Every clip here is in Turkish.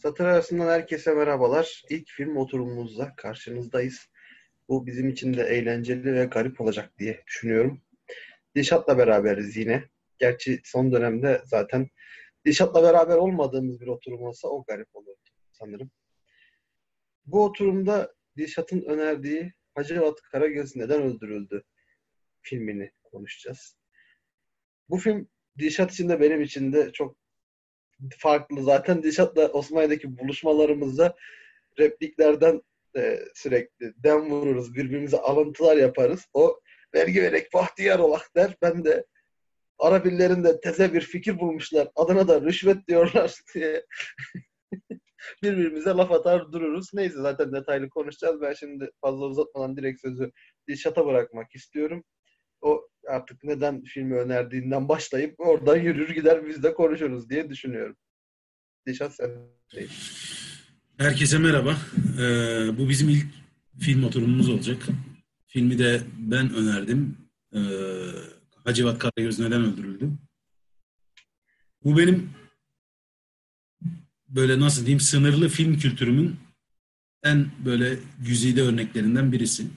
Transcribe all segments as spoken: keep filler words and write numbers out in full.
Satır arasından herkese merhabalar. İlk film oturumumuzda karşınızdayız. Bu bizim için de eğlenceli ve garip olacak diye düşünüyorum. Dilşat'la beraberiz yine. Gerçi son dönemde zaten Dilşat'la beraber olmadığımız bir oturum olsa o garip olurdu sanırım. Bu oturumda Dilşat'ın önerdiği Hacivat Karagöz Neden Öldürüldü filmini konuşacağız. Bu film Dilşat için de benim için de çok farklı. Zaten Dilşat'la Osmanlı'daki buluşmalarımızda repliklerden e, sürekli dem vururuz. Birbirimize alıntılar yaparız. O vergi verek bahtiyar olak der. Ben de Arabillerinde teze bir fikir bulmuşlar. Adına da rüşvet diyorlar diye birbirimize laf atar dururuz. Neyse zaten detaylı konuşacağız. Ben şimdi fazla uzatmadan direkt sözü Dilşat'a bırakmak istiyorum. O artık neden filmi önerdiğinden başlayıp oradan yürür gider biz de konuşuruz diye düşünüyorum. Dilşat sen değil. Herkese merhaba. Ee, bu bizim ilk film oturumumuz olacak. Filmi de ben önerdim. Ee, Hacivat Karagöz Neden Öldürüldü? Bu benim böyle nasıl diyeyim sınırlı film kültürümün en böyle güzide örneklerinden birisi.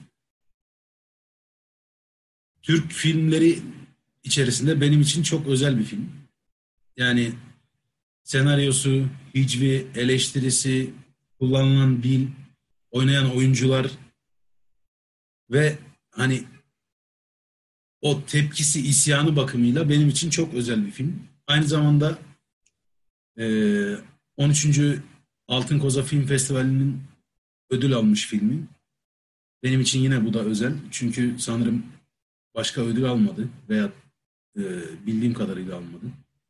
Türk filmleri içerisinde benim için çok özel bir film. Yani senaryosu, hicvi, eleştirisi, kullanılan dil, oynayan oyuncular ve hani o tepkisi, isyanı bakımıyla benim için çok özel bir film. Aynı zamanda e, on üçüncü Altın Koza Film Festivali'nin ödül almış filmi. Benim için yine bu da özel. Çünkü sanırım başka ödül almadı veya e, bildiğim kadarıyla almadı.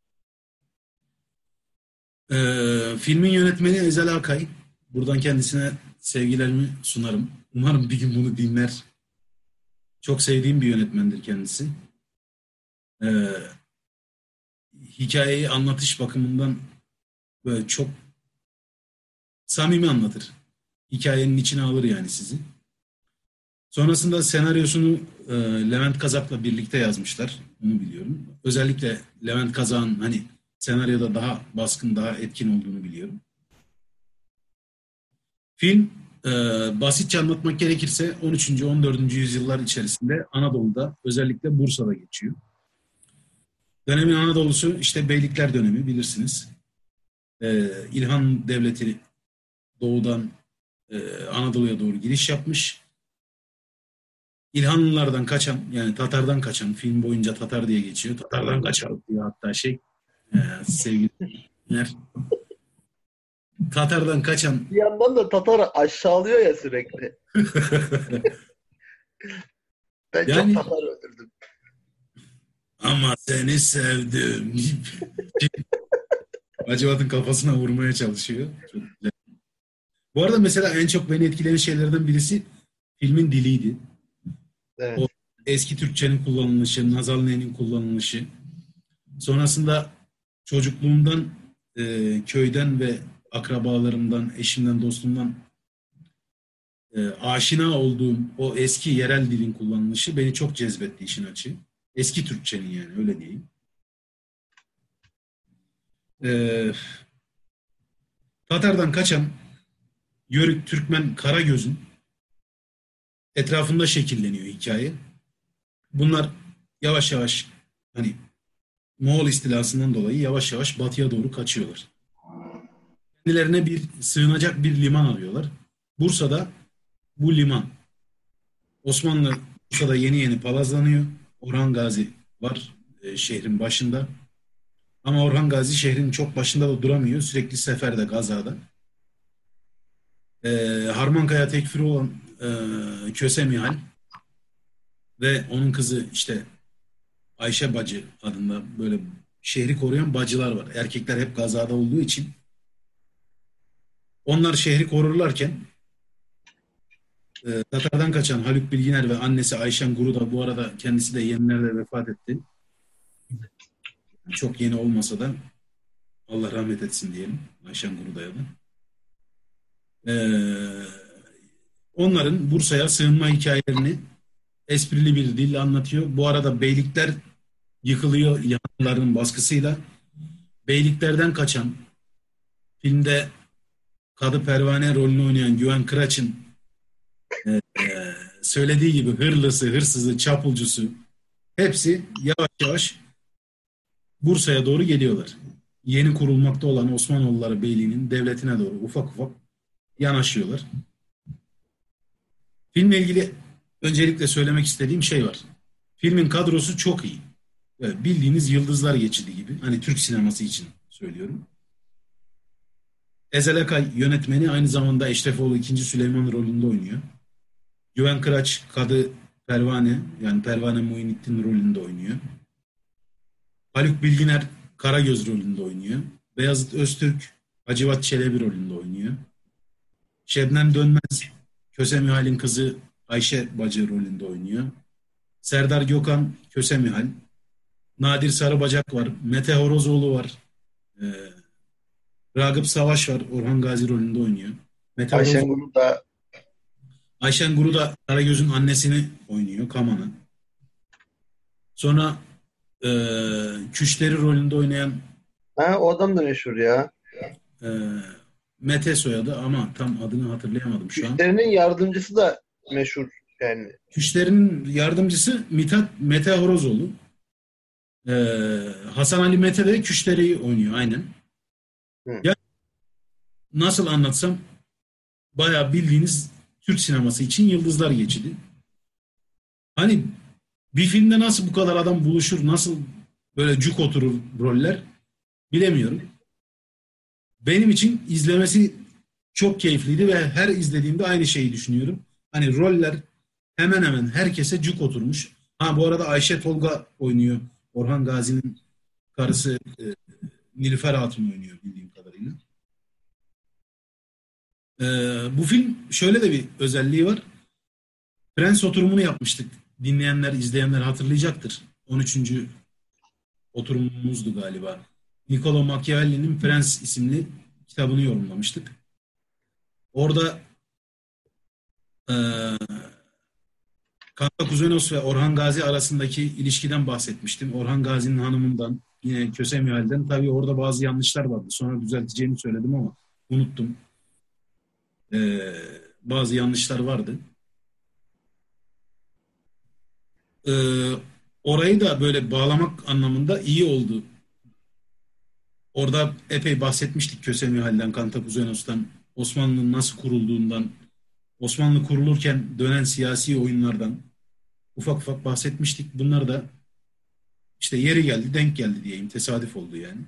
E, filmin yönetmeni Ezel Akay. Buradan kendisine sevgilerimi sunarım. Umarım bir gün bunu dinler. Çok sevdiğim bir yönetmendir kendisi. Ee, hikayeyi anlatış bakımından böyle çok samimi anlatır. Hikayenin içine alır yani sizi. Sonrasında senaryosunu e, Levent Kazak'la birlikte yazmışlar. Bunu biliyorum. Özellikle Levent Kazak'ın hani senaryoda daha baskın, daha etkin olduğunu biliyorum. Film e, basitçe anlatmak gerekirse on üçüncü on dördüncü yüzyıllar içerisinde Anadolu'da, özellikle Bursa'da geçiyor. Dönemin Anadolu'su işte Beylikler dönemi bilirsiniz. Ee, İlhan Devleti doğudan e, Anadolu'ya doğru giriş yapmış. İlhanlılardan kaçan, yani Tatar'dan kaçan, film boyunca Tatar diye geçiyor. Tatar'dan kaçan diyor hatta şey e, sevgililer. Tatar'dan kaçan. Bir yandan da Tatar'ı aşağılıyor ya sürekli. Ben çok Yani Tatar öldürdüm. ama seni sevdim. Hacivat'ın kafasına vurmaya çalışıyor. Çok güzel. Bu arada mesela en çok beni etkileyen şeylerden birisi filmin diliydi. Evet. O eski Türkçenin kullanılışı, Nazallı'nın kullanılışı. Sonrasında çocukluğumdan, e, köyden ve akrabalarımdan, eşimden, dostumdan e, aşina olduğum o eski yerel dilin kullanılışı beni çok cezbetti işin açığı. Eski Türkçenin yani öyle diyeyim. E, Tatar'dan kaçan Yörük Türkmen Karagöz'ün etrafında şekilleniyor hikaye. Bunlar yavaş yavaş hani Moğol istilasından dolayı yavaş yavaş batıya doğru kaçıyorlar. Kendilerine bir sığınacak bir liman arıyorlar. Bursa'da bu liman. Osmanlı Bursa'da yeni yeni palazlanıyor. Orhan Gazi var e, şehrin başında. Ama Orhan Gazi şehrin çok başında da duramıyor. Sürekli seferde, gazada. E, Harmankaya tekfiri olan e, Köse Mihal ve onun kızı işte Ayşe Bacı adında böyle şehri koruyan bacılar var. Erkekler hep gazada olduğu için onlar şehri korurlarken e, Tatar'dan kaçan Haluk Bilginer ve annesi Ayşen Guru da bu arada kendisi de yenilerde vefat etti. Çok yeni olmasa da Allah rahmet etsin diyelim Ayşen Guruda'ya da. E, onların Bursa'ya sığınma hikayelerini esprili bir dille anlatıyor. Bu arada beylikler yıkılıyor yanlıların baskısıyla. Beyliklerden kaçan, filmde Kadı Pervane rolünü oynayan Güven Kıraç'ın e, e, söylediği gibi hırlısı, hırsızı, çapulcusu hepsi yavaş yavaş Bursa'ya doğru geliyorlar. Yeni kurulmakta olan Osmanoğulları Beyliği'nin devletine doğru ufak ufak yanaşıyorlar. Filmle ilgili öncelikle söylemek istediğim şey var. Filmin kadrosu çok iyi. Evet, bildiğiniz yıldızlar geçidi gibi. Hani Türk sineması için söylüyorum. Ezel Akay yönetmeni, aynı zamanda Eşrefoğlu ikinci. Süleyman rolünde oynuyor. Güven Kıraç Kadı Pervane, yani Pervane Muhyiddin rolünde oynuyor. Haluk Bilginer Karagöz rolünde oynuyor. Beyazıt Öztürk Hacivat Çelebi rolünde oynuyor. Şebnem Dönmez Köse Mihal'in kızı Ayşe Bacı rolünde oynuyor. Serdar Gökhan Köse Mihal. Nadir Sarıbacak var. Mete Horozoğlu var. Ee, Ragıp Savaş var. Orhan Gazi rolünde oynuyor. Mete Horozoğlu. Ayşen da Ayşen Guru da Karagöz'ün annesini oynuyor. Kaman'ı. Sonra e, Küşleri rolünde oynayan ha, o adam da meşhur ya. e, Mete soyadı ama tam adını hatırlayamadım şu an. Güçlerinin yardımcısı da meşhur yani. Küşlerin yardımcısı Mithat Mete Horozoğlu. E, Hasan Ali Mete de Küşleri oynuyor aynen. Hı. Ya nasıl anlatsam, bayağı bildiğiniz Türk sineması için yıldızlar geçidi. Hani bir filmde nasıl bu kadar adam buluşur, nasıl böyle cuk oturur roller bilemiyorum. Benim için izlemesi çok keyifliydi ve her izlediğimde aynı şeyi düşünüyorum. Hani roller hemen hemen herkese cuk oturmuş. Ha, bu arada Ayşe Tolga oynuyor. Orhan Gazi'nin karısı e, Nilüfer Hatun oynuyor bildiğim kadarıyla. E, Bu film şöyle de bir özelliği var. Prens oturumunu yapmıştık. Dinleyenler, izleyenler hatırlayacaktır. on üçüncü oturumumuzdu galiba. Niccolo Machiavelli'nin Prens isimli kitabını yorumlamıştık. Orada e, Kanka Kuzenos ve Orhan Gazi arasındaki ilişkiden bahsetmiştim. Orhan Gazi'nin hanımından, yine Köse Mihal'den. Tabii orada bazı yanlışlar vardı. Sonra düzelteceğimi söyledim ama unuttum. E, Bazı yanlışlar vardı. E, Orayı da böyle bağlamak anlamında iyi oldu. Orada epey bahsetmiştik Köse Mihal'den, Kantakuzenos'tan, Osmanlı'nın nasıl kurulduğundan, Osmanlı kurulurken dönen siyasi oyunlardan ufak ufak bahsetmiştik. Bunlar da işte yeri geldi, denk geldi diyeyim. Tesadüf oldu yani.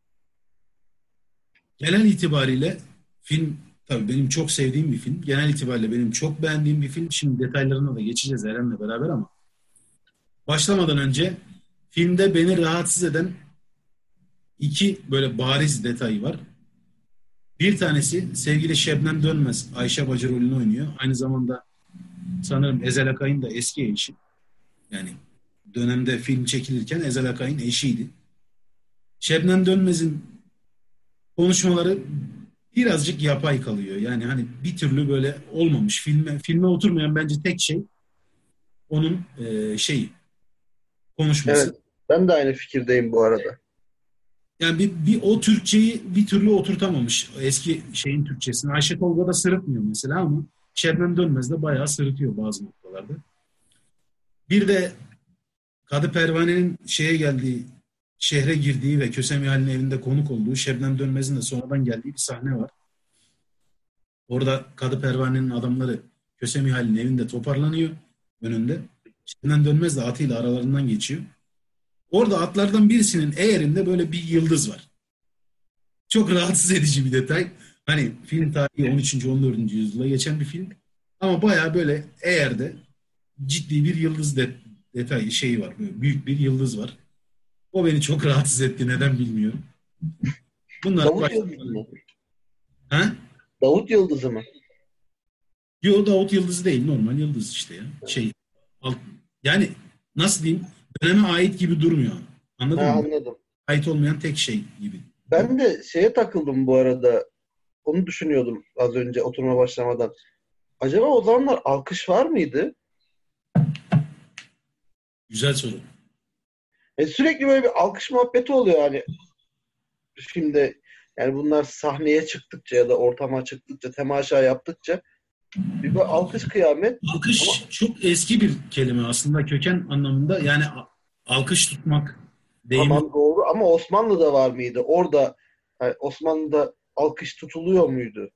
Genel itibariyle film tabii benim çok sevdiğim bir film. Genel itibariyle benim çok beğendiğim bir film. Şimdi detaylarına da geçeceğiz Eren'le beraber ama başlamadan önce filmde beni rahatsız eden iki böyle bariz detay var. Bir tanesi sevgili Şebnem Dönmez, Ayşe Bacı rolünü oynuyor. Aynı zamanda sanırım Ezel Akay'ın da eski eşi. Yani dönemde film çekilirken Ezel Akay'ın eşiydi. Şebnem Dönmez'in konuşmaları birazcık yapay kalıyor. Yani hani bir türlü böyle olmamış. Filme, filme oturmayan bence tek şey onun e, şeyi, konuşması. Evet. Ben de aynı fikirdeyim bu arada. Yani bir, bir o Türkçeyi bir türlü oturtamamış. Eski şeyin Türkçesini. Ayşe Tolga da sırıtmıyor mesela ama Şebnem Dönmez de bayağı sırıtıyor bazı noktalarda. Bir de Kadı Pervane'nin şeye geldiği, şehre girdiği ve Kösem Mihal'in evinde konuk olduğu, Şebnem Dönmez'in de sonradan geldiği bir sahne var. Orada Kadı Pervane'nin adamları Kösem Mihal'in evinde toparlanıyor önünde. Şebnem Dönmez de atıyla aralarından geçiyor. Orada atlardan birisinin eğerinde böyle bir yıldız var. Çok rahatsız edici bir detay. Hani film tarihi on üçüncü. on dördüncü yüzyılda geçen bir film. Ama bayağı böyle eğerde ciddi bir yıldız de, detayı şeyi var. Böyle büyük bir yıldız var. O beni çok rahatsız etti. Neden bilmiyorum. Bunlar Davut baş... Yıldızı mı? Ha? Davut Yıldızı mı? Yo, Davut Yıldızı değil. Normal yıldız işte ya. Şey, alt... Yani nasıl diyeyim? Döneme ait gibi durmuyor. Ha, Anladın mı? anladım. Ait olmayan tek şey gibi. Ben de şeye takıldım bu arada. Onu düşünüyordum az önce oturma başlamadan. Acaba o zamanlar alkış var mıydı? Güzel soru. E, sürekli böyle bir alkış muhabbeti oluyor hani filmde. Yani bunlar sahneye çıktıkça ya da ortama çıktıkça, temaşa yaptıkça bir böyle alkış kıyamet. Ama Alkış çok eski bir kelime aslında köken anlamında. Yani a- alkış tutmak deyimi tamam doğru ama Osmanlı'da var mıydı? Orada yani Osmanlı'da alkış tutuluyor muydu?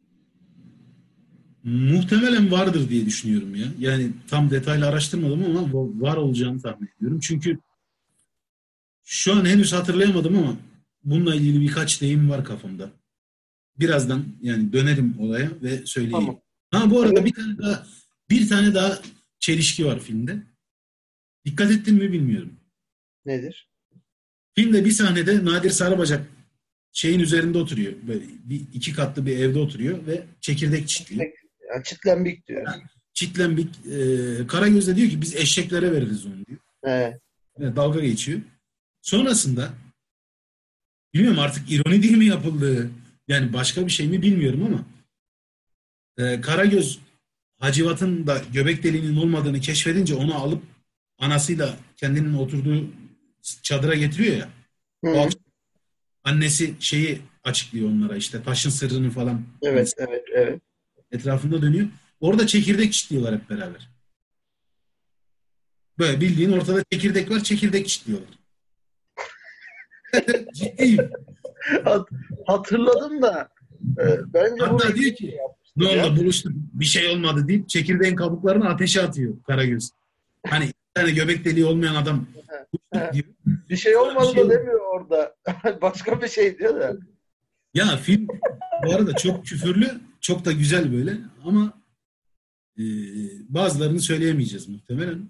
muhtemelen vardır diye düşünüyorum ya. Yani tam detaylı araştırmadım ama va- var olacağını tahmin ediyorum. Çünkü şu an henüz hatırlayamadım ama bununla ilgili birkaç deyim var kafamda. Birazdan yani dönerim olaya ve söyleyeyim. Tamam. Ha bu arada Evet. bir tane daha bir tane daha çelişki var filmde. Dikkat ettin mi bilmiyorum. Nedir? Filmde bir sahnede Nadir Sarıbacak şeyin üzerinde oturuyor. Böyle bir iki katlı bir evde oturuyor ve çekirdek çitliyor. Yani çitlenbik diyor. Çitlenbik e, Karagöz de diyor ki biz eşeklere veririz onu diyor. He. Ve dalga geçiyor. Sonrasında bilmiyorum artık ironi değil mi yapıldığı yani başka bir şey mi bilmiyorum ama e, Karagöz Hacivat'ın da göbek deliğinin olmadığını keşfedince onu alıp anasıyla kendinin oturduğu çadıra getiriyor ya. O Hı. akşam annesi şeyi açıklıyor onlara işte taşın sırrını falan hani Evet, evet, evet. etrafında dönüyor. Orada çekirdek çitliyorlar hep beraber. Böyle bildiğin ortada çekirdek var, çekirdek çitliyorlar. Ciddiyim. Hat- hatırladım da e, bence bunu Hatta diyor İngilizce ki ne yapmıştır ya. oldu buluştuk bir şey olmadı deyip çekirdeğin kabuklarını ateşe atıyor Karagöz. Hani bir tane göbek deliği olmayan adam buluştuk diyor. Bir şey Sonra bir olmadı şey da oldu. demiyor orada. Başka bir şey diyor da. Ya film bu arada çok küfürlü, çok da güzel böyle ama e, bazılarını söyleyemeyeceğiz muhtemelen.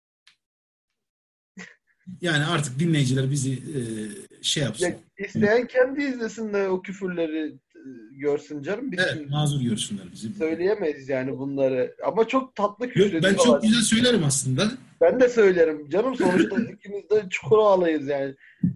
Yani artık dinleyiciler bizi e, şey yapsın. Ya, isteyen kendi izlesin de o küfürleri e, görsün canım. Biz Evet, şimdi mazur görsünler bizi. söyleyemeyiz yani bunları. Ama çok tatlı Yok, ben çok küfrediyorlar. güzel söylerim aslında. Ben de söylerim. Canım sonuçta ikimiz de çukura ağlayız yani.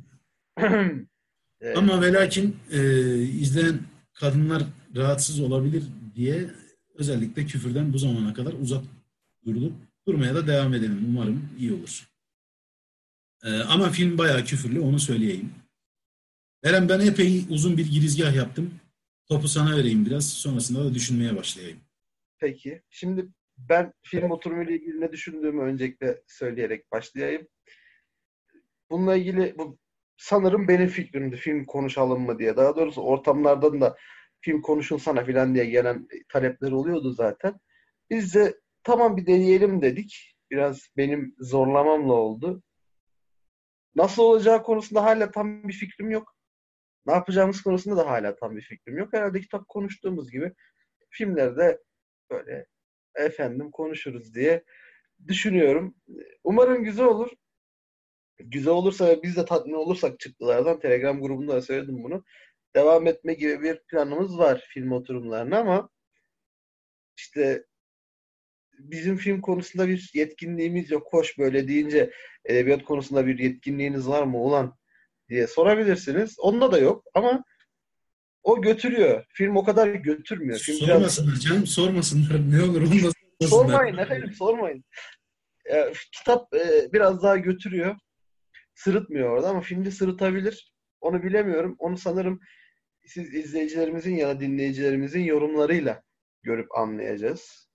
E, Ama ve lakin e, izleyen kadınlar rahatsız olabilir diye özellikle küfürden bu zamana kadar uzak durduk. Durmaya da devam edelim. Umarım iyi olur. E, ama film bayağı küfürlü, onu söyleyeyim. Eren ben epey uzun bir girizgah yaptım. Topu sana vereyim biraz. Sonrasında da düşünmeye başlayayım. peki. Şimdi ben film oturumuyla ilgili ne düşündüğümü öncelikle söyleyerek başlayayım. Bununla ilgili bu sanırım benim fikrimdi film konuşalım mı diye. Daha doğrusu ortamlardan da film konuşulsana filan diye gelen talepler oluyordu zaten. Biz de tamam bir deneyelim dedik. Biraz benim zorlamamla oldu. Nasıl olacağı konusunda hala tam bir fikrim yok. Ne yapacağımız konusunda da hala tam bir fikrim yok. Herhalde kitap konuştuğumuz gibi filmlerde böyle efendim konuşuruz diye düşünüyorum. Umarım güzel olur. Güzel olursa ve biz de tatmin olursak çıktılardan Telegram grubunda da söyledim bunu. Devam etme gibi bir planımız var film oturumlarına ama işte bizim film konusunda bir yetkinliğimiz yok. Hoş böyle deyince edebiyat konusunda bir yetkinliğiniz var mı ulan diye sorabilirsiniz. Onda da yok ama o götürüyor. Film o kadar götürmüyor. Film biraz Sormasınlar canım, sormasınlar. Ne olur onu da sormasınlar. sormayın efendim sormayın. Ya, kitap e, biraz daha götürüyor. Sırıtmıyor orada ama filmde sırıtabilir. Onu bilemiyorum. Onu sanırım siz izleyicilerimizin ya da dinleyicilerimizin yorumlarıyla görüp anlayacağız.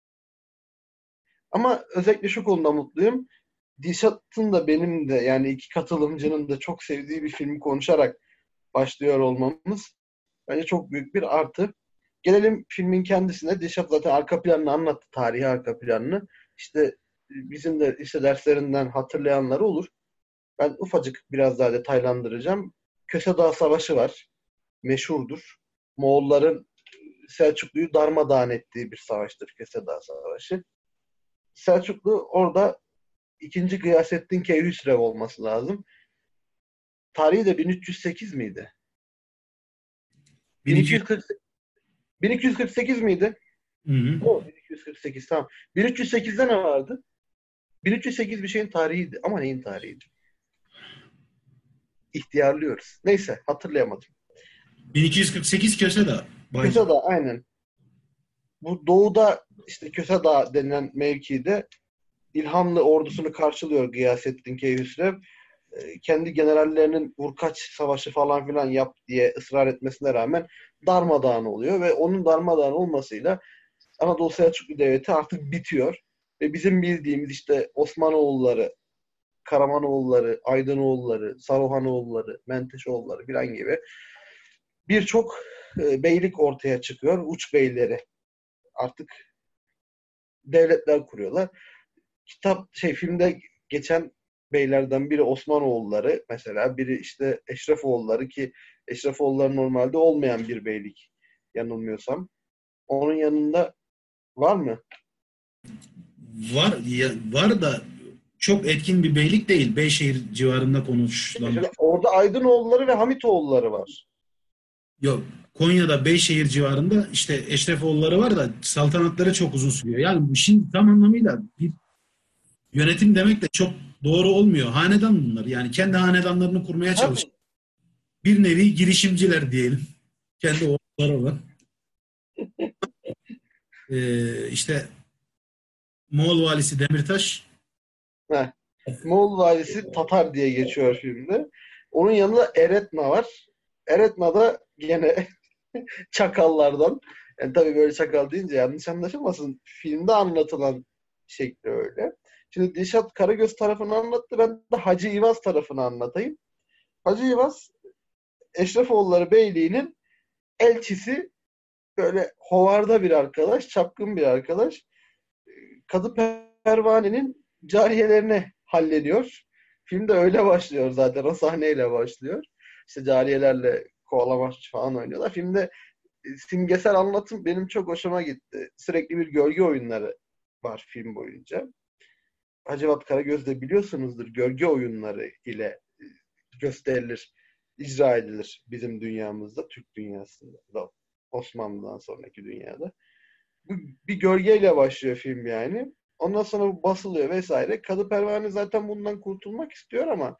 Ama özellikle şu konuda mutluyum. Dilşat'ın da benim de yani iki katılımcının da çok sevdiği bir filmi konuşarak başlıyor olmamız bence çok büyük bir artı. Gelelim filmin kendisine. Dilşat zaten arka planını anlattı. Tarihi arka planını. İşte bizim de lise derslerinden hatırlayanlar olur. Ben ufacık biraz daha detaylandıracağım. Köse Dağı Savaşı var. Meşhurdur. Moğolların Selçuklu'yu darmadağın ettiği bir savaştır Köse Dağı Savaşı. Selçuklu orada ikinci Gıyasettin Keyhüsrev olması lazım. Tarihi de bin üç yüz sekiz miydi? bin iki yüz. bin iki yüz kırk, bin iki yüz kırk sekiz miydi? Hı hı. O bin iki yüz kırk sekiz tamam. bin üç yüz sekizde ne vardı? bin üç yüz sekiz bir şeyin tarihiydi. Ama neyin tarihiydi? İhtiyarlıyoruz. Neyse hatırlayamadım. bin iki yüz kırk sekiz Köse Dağı. Bay. Köse Dağı aynen. Bu doğuda işte Köse Dağı denilen mevkide İlhanlı ordusunu karşılıyor Gıyasettin Keyhüsrev. e, kendi generallerinin vurkaç savaşı falan filan yap diye ısrar etmesine rağmen darmadağın oluyor ve onun darmadağın olmasıyla Anadolu Selçuklu Devleti artık bitiyor. Ve bizim bildiğimiz işte Osmanoğulları, Karamanoğulları, Aydınoğulları, Saruhanoğulları, Menteşoğulları filan gibi birçok e, beylik ortaya çıkıyor. Uç beyleri artık devletler kuruyorlar. Kitap şey filmde geçen beylerden biri Osmanoğulları mesela, biri işte Eşrefoğulları ki Eşrefoğulları normalde olmayan bir beylik yanılmıyorsam. Onun yanında var mı? Var ya, var da çok etkin bir beylik değil. Beyşehir civarında konuşulan. Mesela orada Aydınoğulları ve Hamitoğulları var. Yok. Konya'da Beyşehir civarında işte Eşrefoğulları var da saltanatları çok uzun sürüyor. Yani şimdi tam anlamıyla bir yönetim demek de çok doğru olmuyor. Hanedan bunlar. Yani kendi hanedanlarını kurmaya çalışıyor. Tabii. Bir nevi girişimciler diyelim. Kendi oğulları olan. Ee, işte Moğol valisi Demirtaş. Heh. Moğol valisi Tatar diye geçiyor filmde. Onun yanında Eretna var. Eretna da gene çakallardan. Yani tabii böyle çakal deyince yanlış anlaşılmasın. Filmde anlatılan şekli öyle. Şimdi Dilşat Karagöz tarafını anlattı. Ben de Hacı İvaz tarafını anlatayım. Hacı İvaz Eşrefoğulları Beyliği'nin elçisi, böyle hovarda bir arkadaş, çapkın bir arkadaş. Kadı Pervane'nin cariyelerine hallediyor. Film de öyle başlıyor zaten. O sahneyle başlıyor. İşte cariyelerle kovalamaç falan oynuyorlar. Filmde simgesel anlatım benim çok hoşuma gitti. Sürekli bir gölge oyunları var film boyunca. Hacivat Karagöz de biliyorsunuzdur, gölge oyunları ile gösterilir, icra edilir bizim dünyamızda, Türk dünyasında da, Osmanlı'dan sonraki dünyada. Bu bir gölgeyle başlıyor film yani. Ondan sonra bu basılıyor vesaire. Kadı Pervane zaten bundan kurtulmak istiyor ama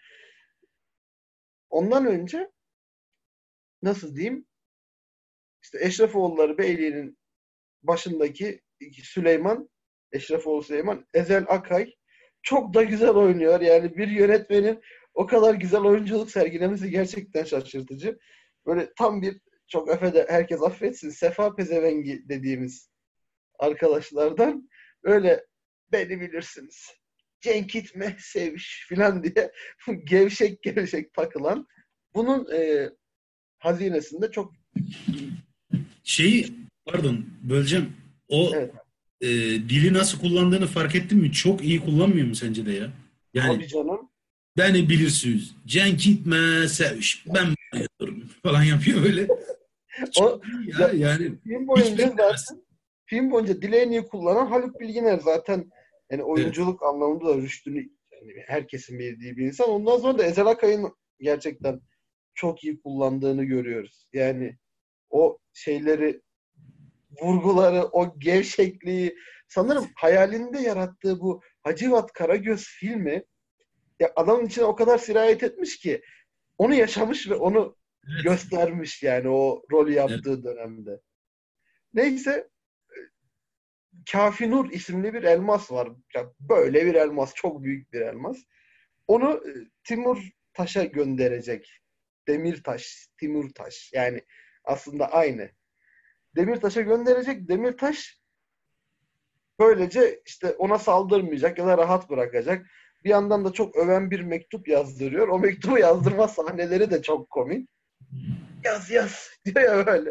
ondan önce nasıl diyeyim, işte Eşrefoğulları Beyliği'nin başındaki Süleyman, Eşrefoğlu Süleyman, Ezel Akay çok da güzel oynuyor. Yani bir yönetmenin o kadar güzel oyunculuk sergilemesi gerçekten şaşırtıcı. Böyle tam bir, çok affede, herkes affetsin, sefa pezevengi dediğimiz arkadaşlardan, öyle beni bilirsiniz, Cenk gitme seviş filan diye gevşek gevşek takılan, bunun e, hazinesinde çok Şeyi pardon böleceğim. O evet, e, dili nasıl kullandığını fark ettin mi? Çok iyi kullanmıyor mu sence de ya? Yani tabii canım. beni bilirsiniz. Cenk gitme seviş. Ben bayılırım falan yapıyor böyle. Çok O iyi ya ya, yani. film Hiç boyunca beklemez. zaten film boyunca dili en iyi kullanan Haluk Bilginer zaten, yani Evet. oyunculuk anlamında da rüştünü, yani herkesin bildiği bir insan. Ondan sonra da Ezel Akay'ın gerçekten çok iyi kullandığını görüyoruz. Yani o şeyleri, vurguları, o gevşekliği, sanırım hayalinde yarattığı bu Hacivat Karagöz filmi ya adamın içine o kadar sirayet etmiş ki onu yaşamış ve onu Evet. göstermiş yani o rolü Evet. yaptığı dönemde. Neyse, Kafi Nur isimli bir elmas var. Ya böyle bir elmas, çok büyük bir elmas. Onu e, Timur Taş'a gönderecek. Demirtaş, Timur Taş. Yani aslında aynı. Demirtaş'a gönderecek. Demirtaş böylece işte ona saldırmayacak ya da rahat bırakacak. Bir yandan da çok öven bir mektup yazdırıyor. O mektubu yazdırma sahneleri de çok komik. Yaz yaz diyor ya böyle.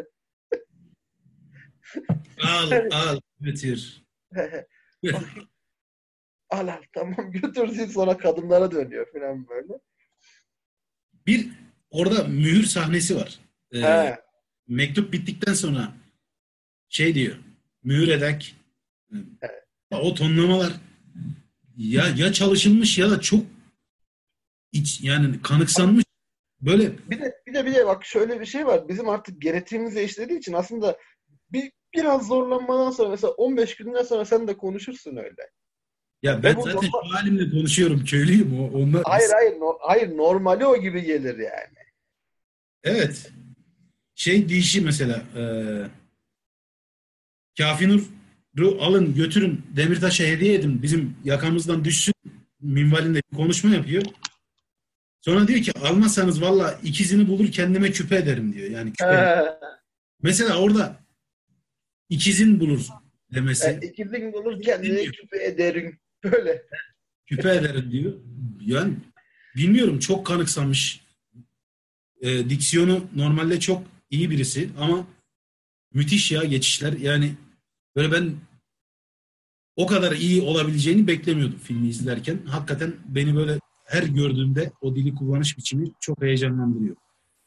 Al Yani, al götür. bakayım, al al tamam götür diye sonra kadınlara dönüyor falan böyle. Bir orada mühür sahnesi var. Ee, He. mektup bittikten sonra şey diyor. Mühür edek. O tonlamalar ya ya çalışılmış ya da çok iç, yani kanıksanmış böyle. Bir de bir de bir de bak şöyle bir şey var. Bizim artık genetiğimize işlediği için aslında bir biraz zorlanmadan sonra, mesela on beş günden sonra sen de konuşursun öyle. Ya Ve ben bu zaten normal. şu halimle konuşuyorum, köylüyüm o onlar. Hayır hayır no- hayır normali o gibi gelir yani. Evet. Şey dişi mesela e, Kafi Nur'u alın götürün Demirtaş'a hediye edin bizim yakamızdan düşsün minvalinde bir konuşma yapıyor. Sonra diyor ki almazsanız valla ikizini bulur kendime küpe ederim diyor. Yani küpe. Ha, Mesela orada ikizin bulur e, demesi. ikizin bulur İkizin kendini diyor. küpe ederim. Böyle. Küpe ederim diyor. Yani bilmiyorum çok kanıksamış. E, diksiyonu normalde çok iyi birisi ama müthiş ya geçişler. Yani böyle ben o kadar iyi olabileceğini beklemiyordum filmi izlerken. Hakikaten beni böyle her gördüğümde o dili kullanış biçimi çok heyecanlandırıyor.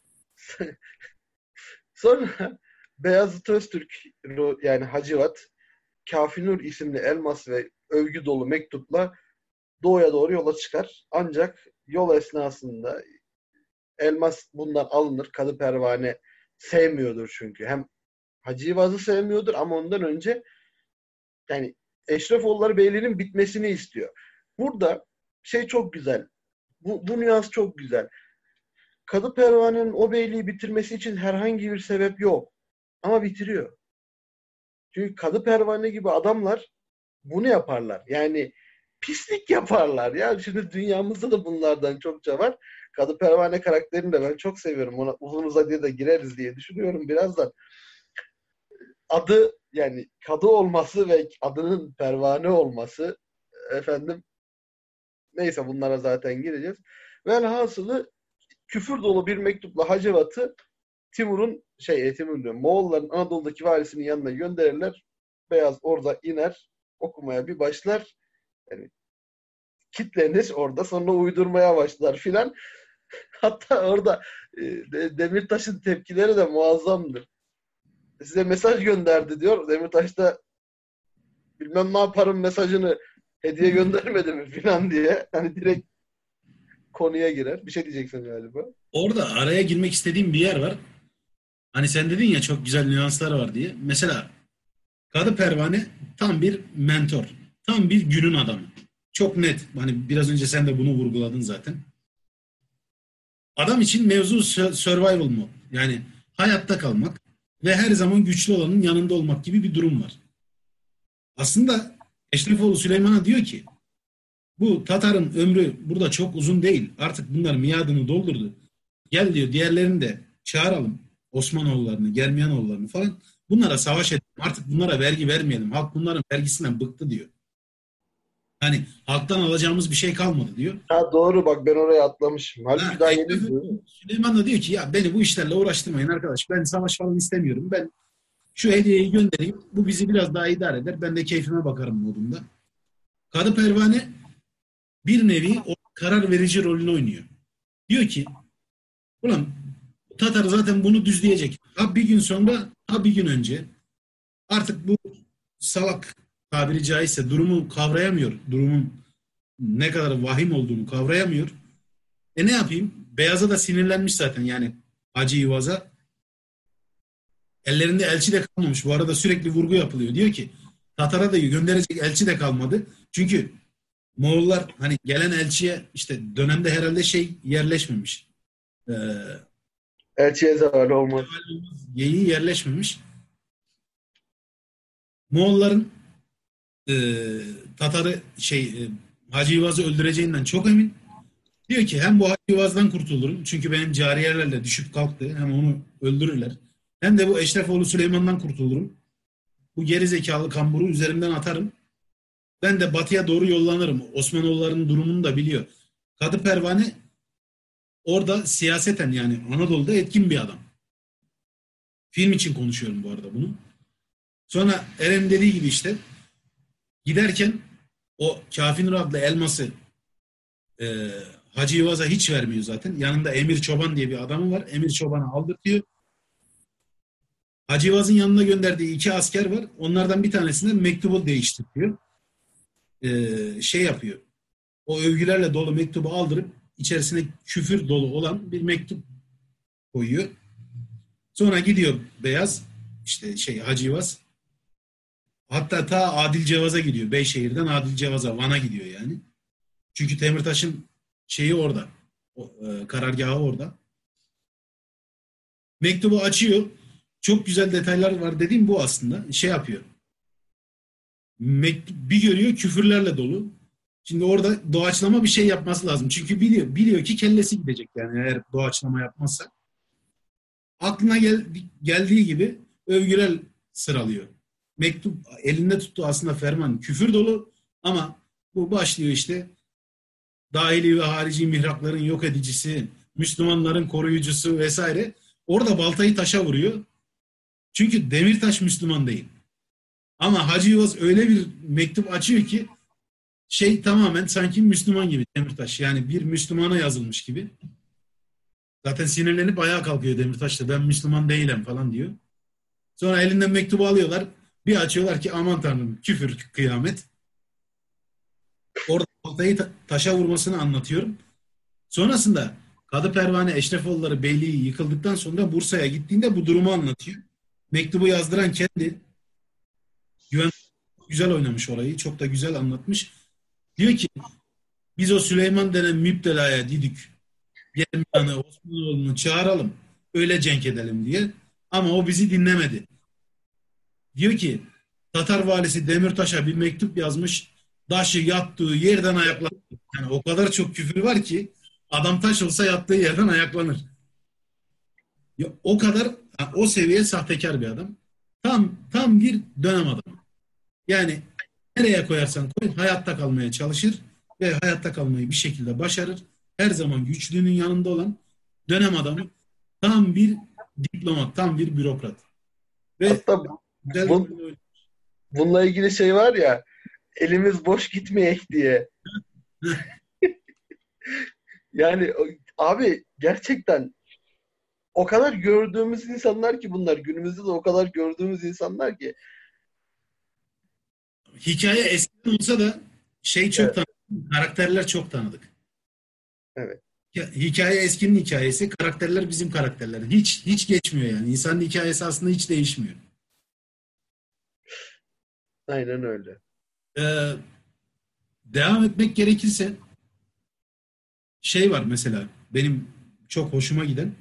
Sonra Beyazıt Öztürk yani Hacivat Kafi Nur isimli elmas ve övgü dolu mektupla doğuya doğru yola çıkar. Ancak yol esnasında elmas bundan alınır. Kadı Pervane sevmiyordur çünkü. Hem Hacı Yivaz'ı sevmiyordur ama ondan önce yani Eşrefoğulları Beyliği'nin bitmesini istiyor. Burada şey çok güzel. Bu, bu nüans çok güzel. Kadı Pervane'nin o beyliği bitirmesi için herhangi bir sebep yok. Ama bitiriyor. Çünkü Kadı Pervane gibi adamlar bunu yaparlar. Yani pislik yaparlar ya. Şimdi dünyamızda da bunlardan çokça var. Kadı Pervane karakterini de ben çok seviyorum. Ona uzun uzadıya da gireriz diye düşünüyorum birazdan. Adı yani kadı olması ve adının pervane olması efendim neyse bunlara zaten gireceğiz. Velhasılı küfür dolu bir mektupla Hacivat'ı Timur'un şey e, Timur diyorum, Moğolların Anadolu'daki valisinin yanına gönderirler. Beyaz orada iner okumaya bir başlar. Yani kitlenir orada sonra uydurmaya başlar filan. Hatta orada e, Demirtaş'ın tepkileri de muazzamdır. Size mesaj gönderdi diyor. Demirtaş da bilmem ne yaparım mesajını hediye göndermedi mi filan diye. Hani direkt konuya girer. Bir şey diyeceksin galiba. Orada araya girmek istediğim bir yer var. Hani sen dedin ya çok güzel nüanslar var diye. Mesela Kadı Pervane tam bir mentor. Tam bir günün adamı. Çok net. Hani biraz önce sen de bunu vurguladın zaten. Adam için mevzu survival mod. Yani hayatta kalmak ve her zaman güçlü olanın yanında olmak gibi bir durum var. Aslında Eşrefoğlu Süleyman'a diyor ki bu Tatar'ın ömrü burada çok uzun değil. Artık bunlar miadını doldurdu. Gel diyor diğerlerini de çağıralım. Osmanoğullarını, Germiyanoğullarını falan. Bunlara savaş edelim. Artık bunlara vergi vermeyelim. Halk bunların vergisinden bıktı diyor. Hani halktan alacağımız bir şey kalmadı diyor. Ha doğru bak ben oraya atlamışım. Halbuki Ha, daha yeni Ekrem izliyorum. Süleyman da diyor ki ya beni bu işlerle uğraştırmayın arkadaş. Ben savaş falan istemiyorum. Ben şu hediyeyi göndereyim. Bu bizi biraz daha idare eder. Ben de keyfime bakarım modunda. Kadı Pervane bir nevi o karar verici rolünü oynuyor. Diyor ki ulan Tatar zaten bunu düzleyecek. Ha bir gün sonra ha bir gün önce. Artık bu salak tabiri caizse durumu kavrayamıyor. Durumun ne kadar vahim olduğunu kavrayamıyor. E ne yapayım? Beyaz'a da sinirlenmiş zaten yani Hacı Yivaz'a. Ellerinde elçi de kalmamış. Bu arada sürekli vurgu yapılıyor. Diyor ki Tatar'a da gönderecek elçi de kalmadı. Çünkü Moğollar hani gelen elçiye işte dönemde herhalde şey yerleşmemiş. Ee, Elçiye zavallı olmaz. Geyiği yerleşmemiş. Moğolların e, Tatar'ı şey e, Hacı Yivaz'ı öldüreceğinden çok emin. Diyor ki hem bu Hacı Yivaz'dan kurtulurum. Çünkü benim cariyelerle düşüp kalktı. Hem onu öldürürler. Hem de bu Eşrefoğlu Süleyman'dan kurtulurum. Bu geri zekalı kamburu üzerimden atarım. Ben de batıya doğru yollanırım. Osmanoğullarının durumunu da biliyor. Kadı Pervane orada siyaseten yani Anadolu'da etkin bir adam. Film için konuşuyorum bu arada bunu. Sonra Eren dediği gibi işte giderken o Kafi adlı elması e, Hacı Yuvaz'a hiç vermiyor zaten. Yanında Emir Çoban diye bir adamı var. Emir Çoban'ı aldırtıyor. Hacı Yuvaz'ın yanına gönderdiği iki asker var. Onlardan bir tanesine mektubu değiştiriyor. E, şey yapıyor. O övgülerle dolu mektubu aldırıp içerisine küfür dolu olan bir mektup koyuyor. Sonra gidiyor Beyaz işte şey Hacı Yuvaz. Hatta ta Adil Cevaz'a gidiyor. Beyşehir'den Adil Cevaz'a, Van'a gidiyor yani. Çünkü Demirtaş'ın şeyi orada. O, e, karargahı orada. Mektubu açıyor. Çok güzel detaylar var dediğim bu aslında. Şey yapıyor. Mektup bir görüyor küfürlerle dolu. Şimdi orada doğaçlama bir şey yapması lazım. Çünkü biliyor biliyor ki kellesi gidecek yani eğer doğaçlama yapmazsa. Aklına gel, geldiği gibi övgüler sıralıyor. Mektup elinde tuttuğu aslında ferman küfür dolu ama bu başlıyor işte dahili ve harici mihrakların yok edicisi, Müslümanların koruyucusu vesaire. Orada baltayı taşa vuruyor. Çünkü Demirtaş Müslüman değil. Ama Hacı Yuvaz öyle bir mektup açıyor ki şey tamamen sanki Müslüman gibi Demirtaş. Yani bir Müslümana yazılmış gibi. Zaten sinirlenip ayağa kalkıyor Demirtaş da ben Müslüman değilim falan diyor. Sonra elinden mektubu alıyorlar. Bir açıyorlar ki aman tanrım küfür kıyamet. Orada baltayı ta- taşa vurmasını anlatıyorum. Sonrasında Kadı Pervane Eşrefoğulları Beyliği yıkıldıktan sonra Bursa'ya gittiğinde bu durumu anlatıyor. Mektubu yazdıran kendi. Güven güzel oynamış orayı. Çok da güzel anlatmış. Diyor ki biz o Süleyman denen müptelaya dedik. Germiyan'ı, Osmanoğlu'nu çağıralım. Öyle cenk edelim diye. Ama o bizi dinlemedi. Diyor ki Tatar valisi Demirtaş'a bir mektup yazmış. Taşı yattığı yerden ayaklanır. Yani o kadar çok küfür var ki adam taş olsa yattığı yerden ayaklanır. Ya, o kadar o seviye sahtekar bir adam. Tam tam bir dönem adamı. Yani nereye koyarsan koy hayatta kalmaya çalışır ve hayatta kalmayı bir şekilde başarır. Her zaman güçlünün yanında olan dönem adamı tam bir diplomat, tam bir bürokrat. Ve Hatta güzel bu, rolünü oynuyor. bununla ilgili şey var ya, elimiz boş gitmeyek diye. Yani abi gerçekten o kadar gördüğümüz insanlar ki bunlar. Günümüzde de o kadar gördüğümüz insanlar ki. Hikaye eskiden olsa da şey çok Evet, tanıdık, karakterler çok tanıdık. evet. Ya, hikaye eskinin hikayesi, karakterler bizim karakterler. Hiç hiç geçmiyor yani. İnsanın hikayesi aslında hiç değişmiyor. Aynen öyle. Ee, devam etmek gerekirse şey var mesela benim çok hoşuma giden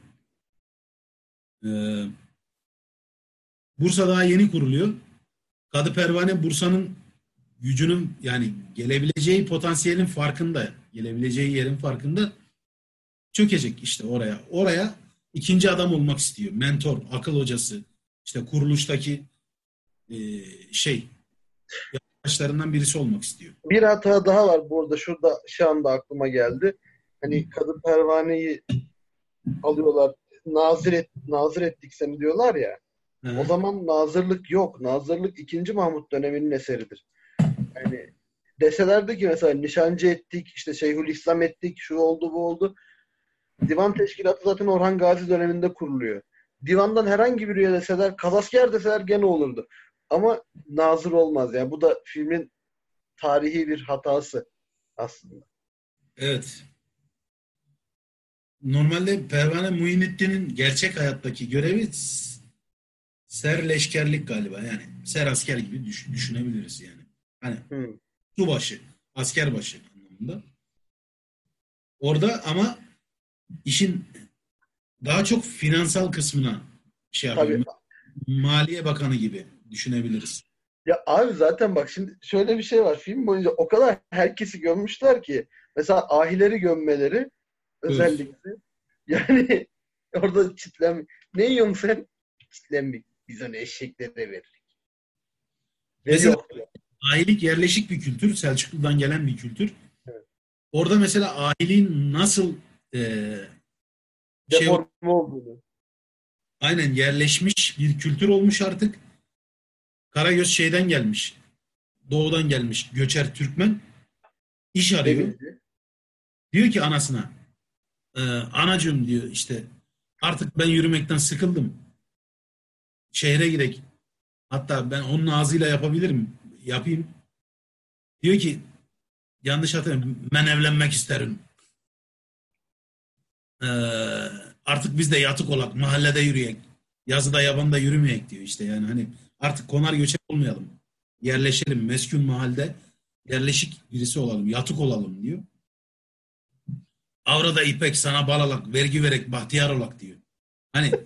e, Bursa daha yeni kuruluyor. Kadı Pervane Bursa'nın gücünün yani gelebileceği potansiyelin farkında, gelebileceği yerin farkında çökecek işte oraya. Oraya ikinci adam olmak istiyor. Mentor, akıl hocası, işte kuruluştaki e, şey yaşlarından birisi olmak istiyor. Bir hata daha var bu arada. Şurada şu anda aklıma geldi. Hani Kadı Pervane'yi alıyorlar. Nazır, et, nazır ettik seni diyorlar ya. Hı O hı. zaman nazırlık yok. Nazırlık ikinci Mahmut döneminin eseridir. Yani deselerdi ki mesela nişancı ettik, işte Şeyhülislam ettik, şu oldu bu oldu. Divan teşkilatı zaten Orhan Gazi döneminde kuruluyor. Divandan herhangi bir üye deseler, kazasker deseler gene olurdu. Ama nazır olmaz. Yani bu da filmin tarihi bir hatası aslında. Evet. Normalde Pervane Muhyiddin'in gerçek hayattaki görevi s- serleşkerlik galiba. Yani ser asker gibi düş- düşünebiliriz yani. Hani Hmm. subaşı, asker başı anlamında. Orada ama işin daha çok finansal kısmına şey Tabii. yapıyor. Maliye Bakanı gibi düşünebiliriz. Ya abi zaten bak şimdi şöyle bir şey var. Film boyunca o kadar herkesi gömmüşler ki. Mesela ahileri gömmeleri Öf. özellikle. Yani orada çitlen. Ne yiyorsun sen? Çitlenmek. Biz onu eşeklere veririz. Mesela Veriyor diyor. ahilik yerleşik bir kültür, Selçuklu'dan gelen bir kültür. Evet. Orada mesela ahiliğin nasıl e, şey Deforme olduğunu. aynen yerleşmiş bir kültür olmuş artık. Karagöz şeyden gelmiş. Doğudan gelmiş göçer Türkmen. İş arıyor. Demirci. Diyor ki anasına e, anacığım diyor işte artık ben yürümekten sıkıldım. Şehre gidelim. Hatta ben onun ağzıyla yapabilirim. Yapayım. Diyor ki yanlış hatırlamıyorum. Ben evlenmek isterim. Ee, artık biz de yatık olak. Mahallede yürüyek. Yazıda yabanda yürümeyek diyor işte yani hani artık konar göçek olmayalım. Yerleşelim. Meskun mahallede yerleşik birisi olalım. Yatık olalım diyor. Avrada ipek sana balalak. Vergi verek bahtiyar olak diyor. Hani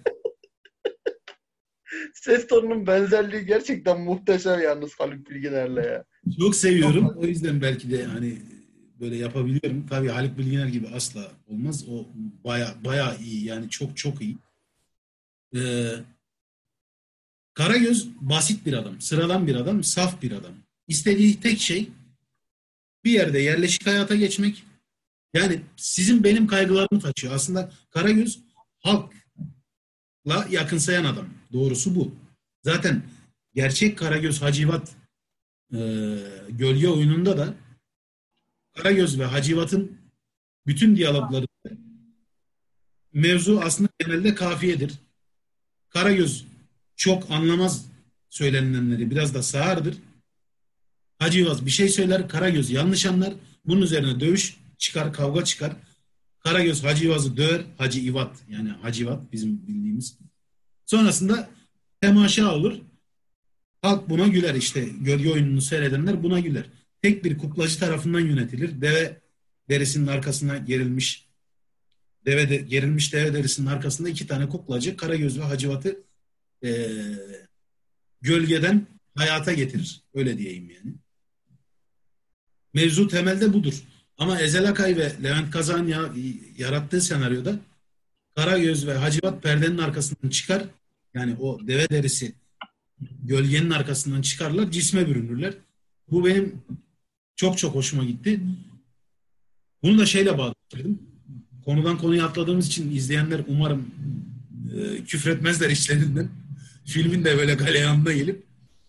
Ses tonunun benzerliği gerçekten muhteşem yalnız Haluk Bilginer'le ya. çok Çok seviyorum. O yüzden belki de hani böyle yapabiliyorum. Tabii Haluk Bilginer gibi asla olmaz. O baya baya iyi yani çok çok iyi. Ee, Karagöz basit bir adam, sıradan bir adam, saf bir adam. İstediği tek şey bir yerde yerleşik hayata geçmek. Yani sizin benim kaygılarımı taşıyor. Aslında Karagöz halkla yakınsayan adam. Doğrusu bu. Zaten gerçek Karagöz Hacivat e, gölge oyununda da Karagöz ve Hacivat'ın bütün diyalogları mevzu aslında genelde kafiyedir. Karagöz çok anlamaz söylenilenleri biraz da sağırdır. Hacivat bir şey söyler, Karagöz yanlış anlar. Bunun üzerine dövüş çıkar, kavga çıkar. Karagöz Hacivat'ı döver, Hacı İvat yani Hacivat bizim bildiğimiz. Sonrasında temaşa olur. Halk buna güler işte gölge oyununu seyredenler buna güler. Tek bir kuklacı tarafından yönetilir. Deve derisinin arkasına gerilmiş deve de, gerilmiş deve derisinin arkasında iki tane kuklacı Karagöz ve Hacivat'ı e, gölgeden hayata getirir. Öyle diyeyim yani. Mevzu temelde budur. Ama Ezel Akay ve Levent Kazak'ın ya, yarattığı senaryoda Karagöz ve Hacivat perdenin arkasından çıkar. Yani o deve derisi gölgenin arkasından çıkarlar, cisme bürünürler. Bu benim çok çok hoşuma gitti. Bunu da şeyle bağdaştırdım. Konudan konuya atladığımız için izleyenler umarım e, küfretmezler içlerinden. Filmin de böyle galeyanına gelip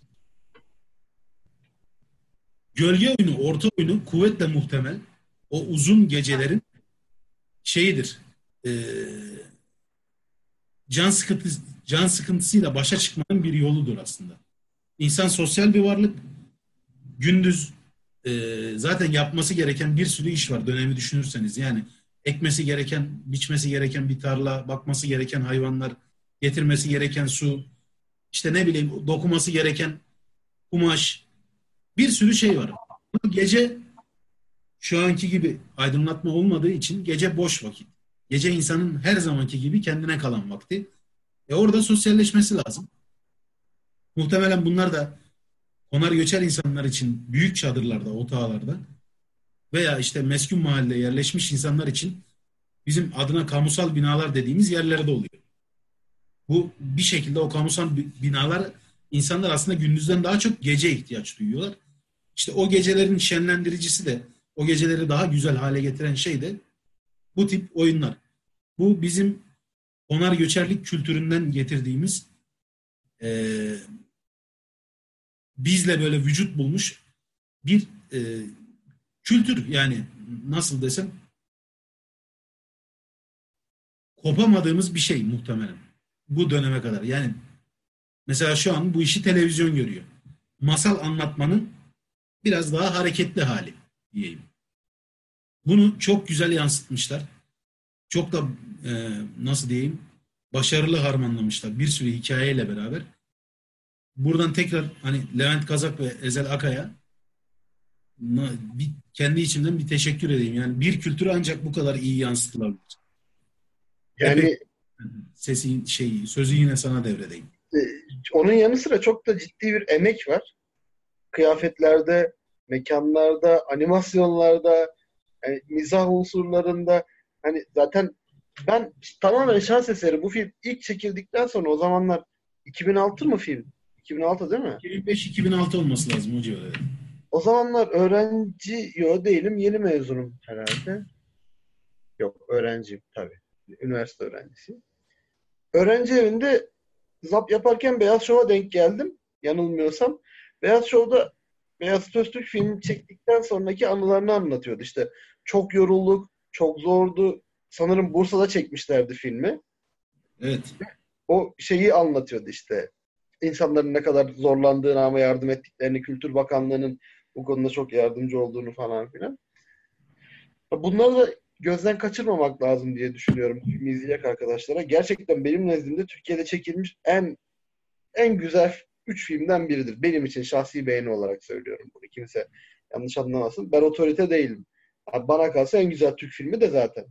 gölge oyunu, orta oyunu kuvvetle muhtemel o uzun gecelerin şeyidir. E, can sıkıntısı, can sıkıntısıyla başa çıkmanın bir yoludur aslında. İnsan sosyal bir varlık. Gündüz e, zaten yapması gereken bir sürü iş var dönemi düşünürseniz. Yani ekmesi gereken, biçmesi gereken bir tarla, bakması gereken hayvanlar, getirmesi gereken su, işte ne bileyim dokuması gereken kumaş, bir sürü şey var. Gece şu anki gibi aydınlatma olmadığı için gece boş vakit. Gece insanın her zamanki gibi kendine kalan vakti. E orada sosyalleşmesi lazım. Muhtemelen bunlar da konar göçer insanlar için büyük çadırlarda, otağlarda veya işte meskun mahallede yerleşmiş insanlar için bizim adına kamusal binalar dediğimiz yerlerde oluyor. Bu bir şekilde o kamusal binalar insanlar aslında gündüzden daha çok gece ihtiyaç duyuyorlar. İşte o gecelerin şenlendiricisi de o geceleri daha güzel hale getiren şey de bu tip oyunlar. Bu bizim konar göçerlik kültüründen getirdiğimiz e, bizle böyle vücut bulmuş bir e, kültür yani nasıl desem kopamadığımız bir şey muhtemelen bu döneme kadar. Yani mesela şu an bu işi televizyon görüyor. Masal anlatmanın biraz daha hareketli hali diyeyim. Bunu çok güzel yansıtmışlar. Çok da e, nasıl diyeyim başarılı harmanlamışlar bir sürü hikayeyle beraber. Buradan tekrar hani Levent Kazak ve Ezel Akay'a bir, kendi içimden bir teşekkür edeyim. Yani bir kültürü ancak bu kadar iyi yansıtılabilir. Epey Yani sesi şey sözü yine sana devredeyim. e, onun yanı sıra çok da ciddi bir emek var. Kıyafetlerde, mekanlarda, animasyonlarda, yani mizah unsurlarında hani zaten ben tamamen şans eseri bu film ilk çekildikten sonra o zamanlar iki bin altı mı film? iki bin altı değil mi? iki bin beş iki bin altı olması lazım hocam. Evet. O zamanlar öğrenci yo değilim yeni mezunum herhalde. Yok öğrenciyim tabii. Üniversite öğrencisiyim. Öğrenci evinde zap yaparken Beyaz Şov'a denk geldim. Yanılmıyorsam. Beyaz Şov'da Beyaz Öztürk filmi çektikten sonraki anılarını anlatıyordu. İşte çok yorulduk, çok zordu. Sanırım Bursa'da çekmişlerdi filmi. Evet. O şeyi anlatıyordu işte. İnsanların ne kadar zorlandığını ama yardım ettiklerini, Kültür Bakanlığı'nın bu konuda çok yardımcı olduğunu falan filan. Bunları da gözden kaçırmamak lazım diye düşünüyorum filmi izleyecek arkadaşlara. Gerçekten benim nezdimde Türkiye'de çekilmiş en en güzel üç filmden biridir. Benim için şahsi beğeni olarak söylüyorum bunu. Kimse yanlış anlamasın. Ben otorite değilim. Abi bana kalsa en güzel Türk filmi de zaten.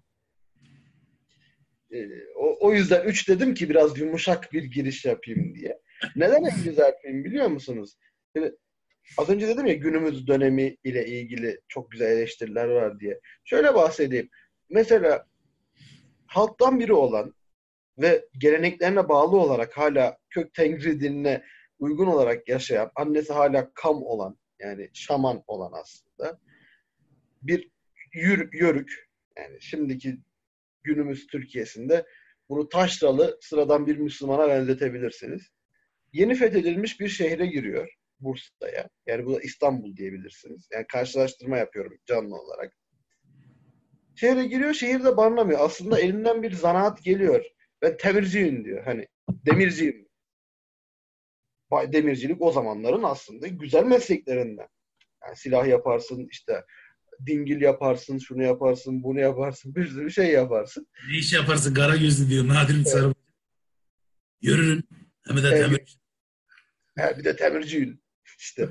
Ee, o, o yüzden üç dedim ki biraz yumuşak bir giriş yapayım diye. Neden en güzel film biliyor musunuz? Şimdi Az önce dedim ya günümüz dönemi ile ilgili çok güzel eleştiriler var diye. Şöyle bahsedeyim. Mesela halktan biri olan ve geleneklerine bağlı olarak hala kök tengri dinine uygun olarak yaşayan, annesi hala Kam olan, yani şaman olan aslında bir yür, yörük, yani şimdiki günümüz Türkiye'sinde bunu taşralı sıradan bir Müslümana benzetebilirsiniz. Yeni fethedilmiş bir şehre giriyor, Bursa'ya. Yani bu da İstanbul diyebilirsiniz. Yani karşılaştırma yapıyorum canlı olarak. Şehre giriyor, şehirde barınamıyor. Aslında elinden bir zanaat geliyor. Ben temirciyim diyor. Hani demirciyim. Demircilik o zamanların aslında güzel mesleklerinden. Yani silah yaparsın, işte dingil yaparsın, şunu yaparsın, bunu yaparsın, bir sürü şey yaparsın. Ne iş yaparsın kara gözlü diyor Nadir Evet. Sarı. Yürürün. Hem de Evet, temel. yani bir de temirciyim. İşte.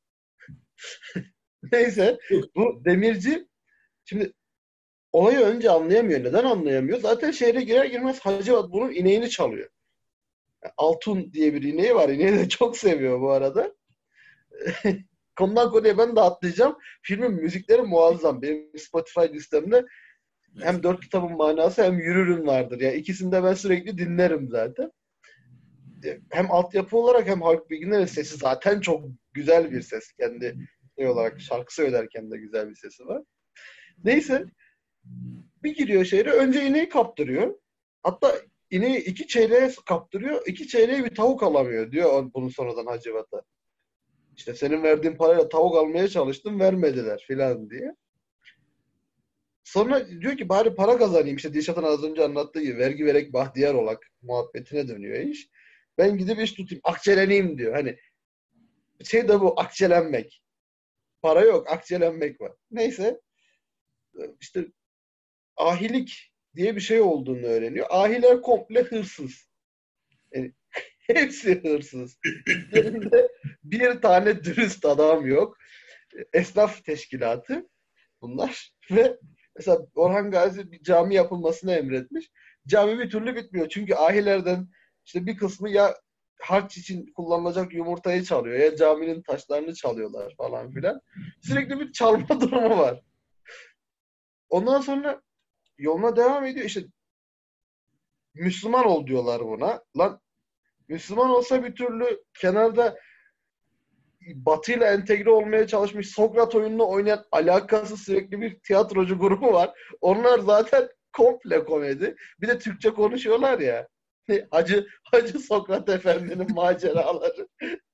Neyse, bu demirci şimdi olayı önce anlayamıyor. Neden anlayamıyor? Zaten şehre girer girmez Hacivat bunun ineğini çalıyor. Yani Altun diye bir ineği var. İneği de çok seviyor bu arada. Konudan konuya ben de atlayacağım. Filmin müzikleri muazzam. Benim Spotify listemde hem dört kitabın manası hem yürürüm vardır. Yani ikisini de ben sürekli dinlerim zaten. Hem altyapı olarak hem halk bilgilerin sesi zaten çok güzel bir ses. Kendi şey olarak şarkı söylerken de güzel bir sesi var. Neyse bir giriyor şehre. Önce ineği kaptırıyor. Hatta ineği iki çeyreğe kaptırıyor. İki çeyreğe bir tavuk alamıyor diyor bunun sonradan Hacivat'a. İşte senin verdiğin parayla tavuk almaya çalıştım vermediler filan diye. Sonra diyor ki bari para kazanayım. İşte Dilşat'ın az önce anlattığı gibi vergi verek bahtiyar olak muhabbetine dönüyor iş. Ben gidip iş tutayım. Akçeleneyim diyor. Hani şey de bu akçelenmek. Para yok akçelenmek var. Neyse işte ahilik diye bir şey olduğunu öğreniyor. Ahiler komple hırsız. Yani hepsi hırsız. İçlerinde bir tane dürüst adam yok. Esnaf teşkilatı bunlar ve mesela Orhan Gazi bir cami yapılmasını emretmiş. Cami bir türlü bitmiyor. Çünkü ahilerden işte bir kısmı ya harç için kullanılacak yumurtayı çalıyor ya caminin taşlarını çalıyorlar falan filan. Sürekli bir çalma durumu var. Ondan sonra yoluna devam ediyor. İşte Müslüman ol diyorlar buna. Lan Müslüman olsa bir türlü kenarda Batı'yla entegre olmaya çalışmış Sokrat oyununu oynayan alakası sürekli bir tiyatrocu grubu var. Onlar zaten komple komedi. Bir de Türkçe konuşuyorlar ya. Hacı Hacı Sokrat Efendi'nin maceraları.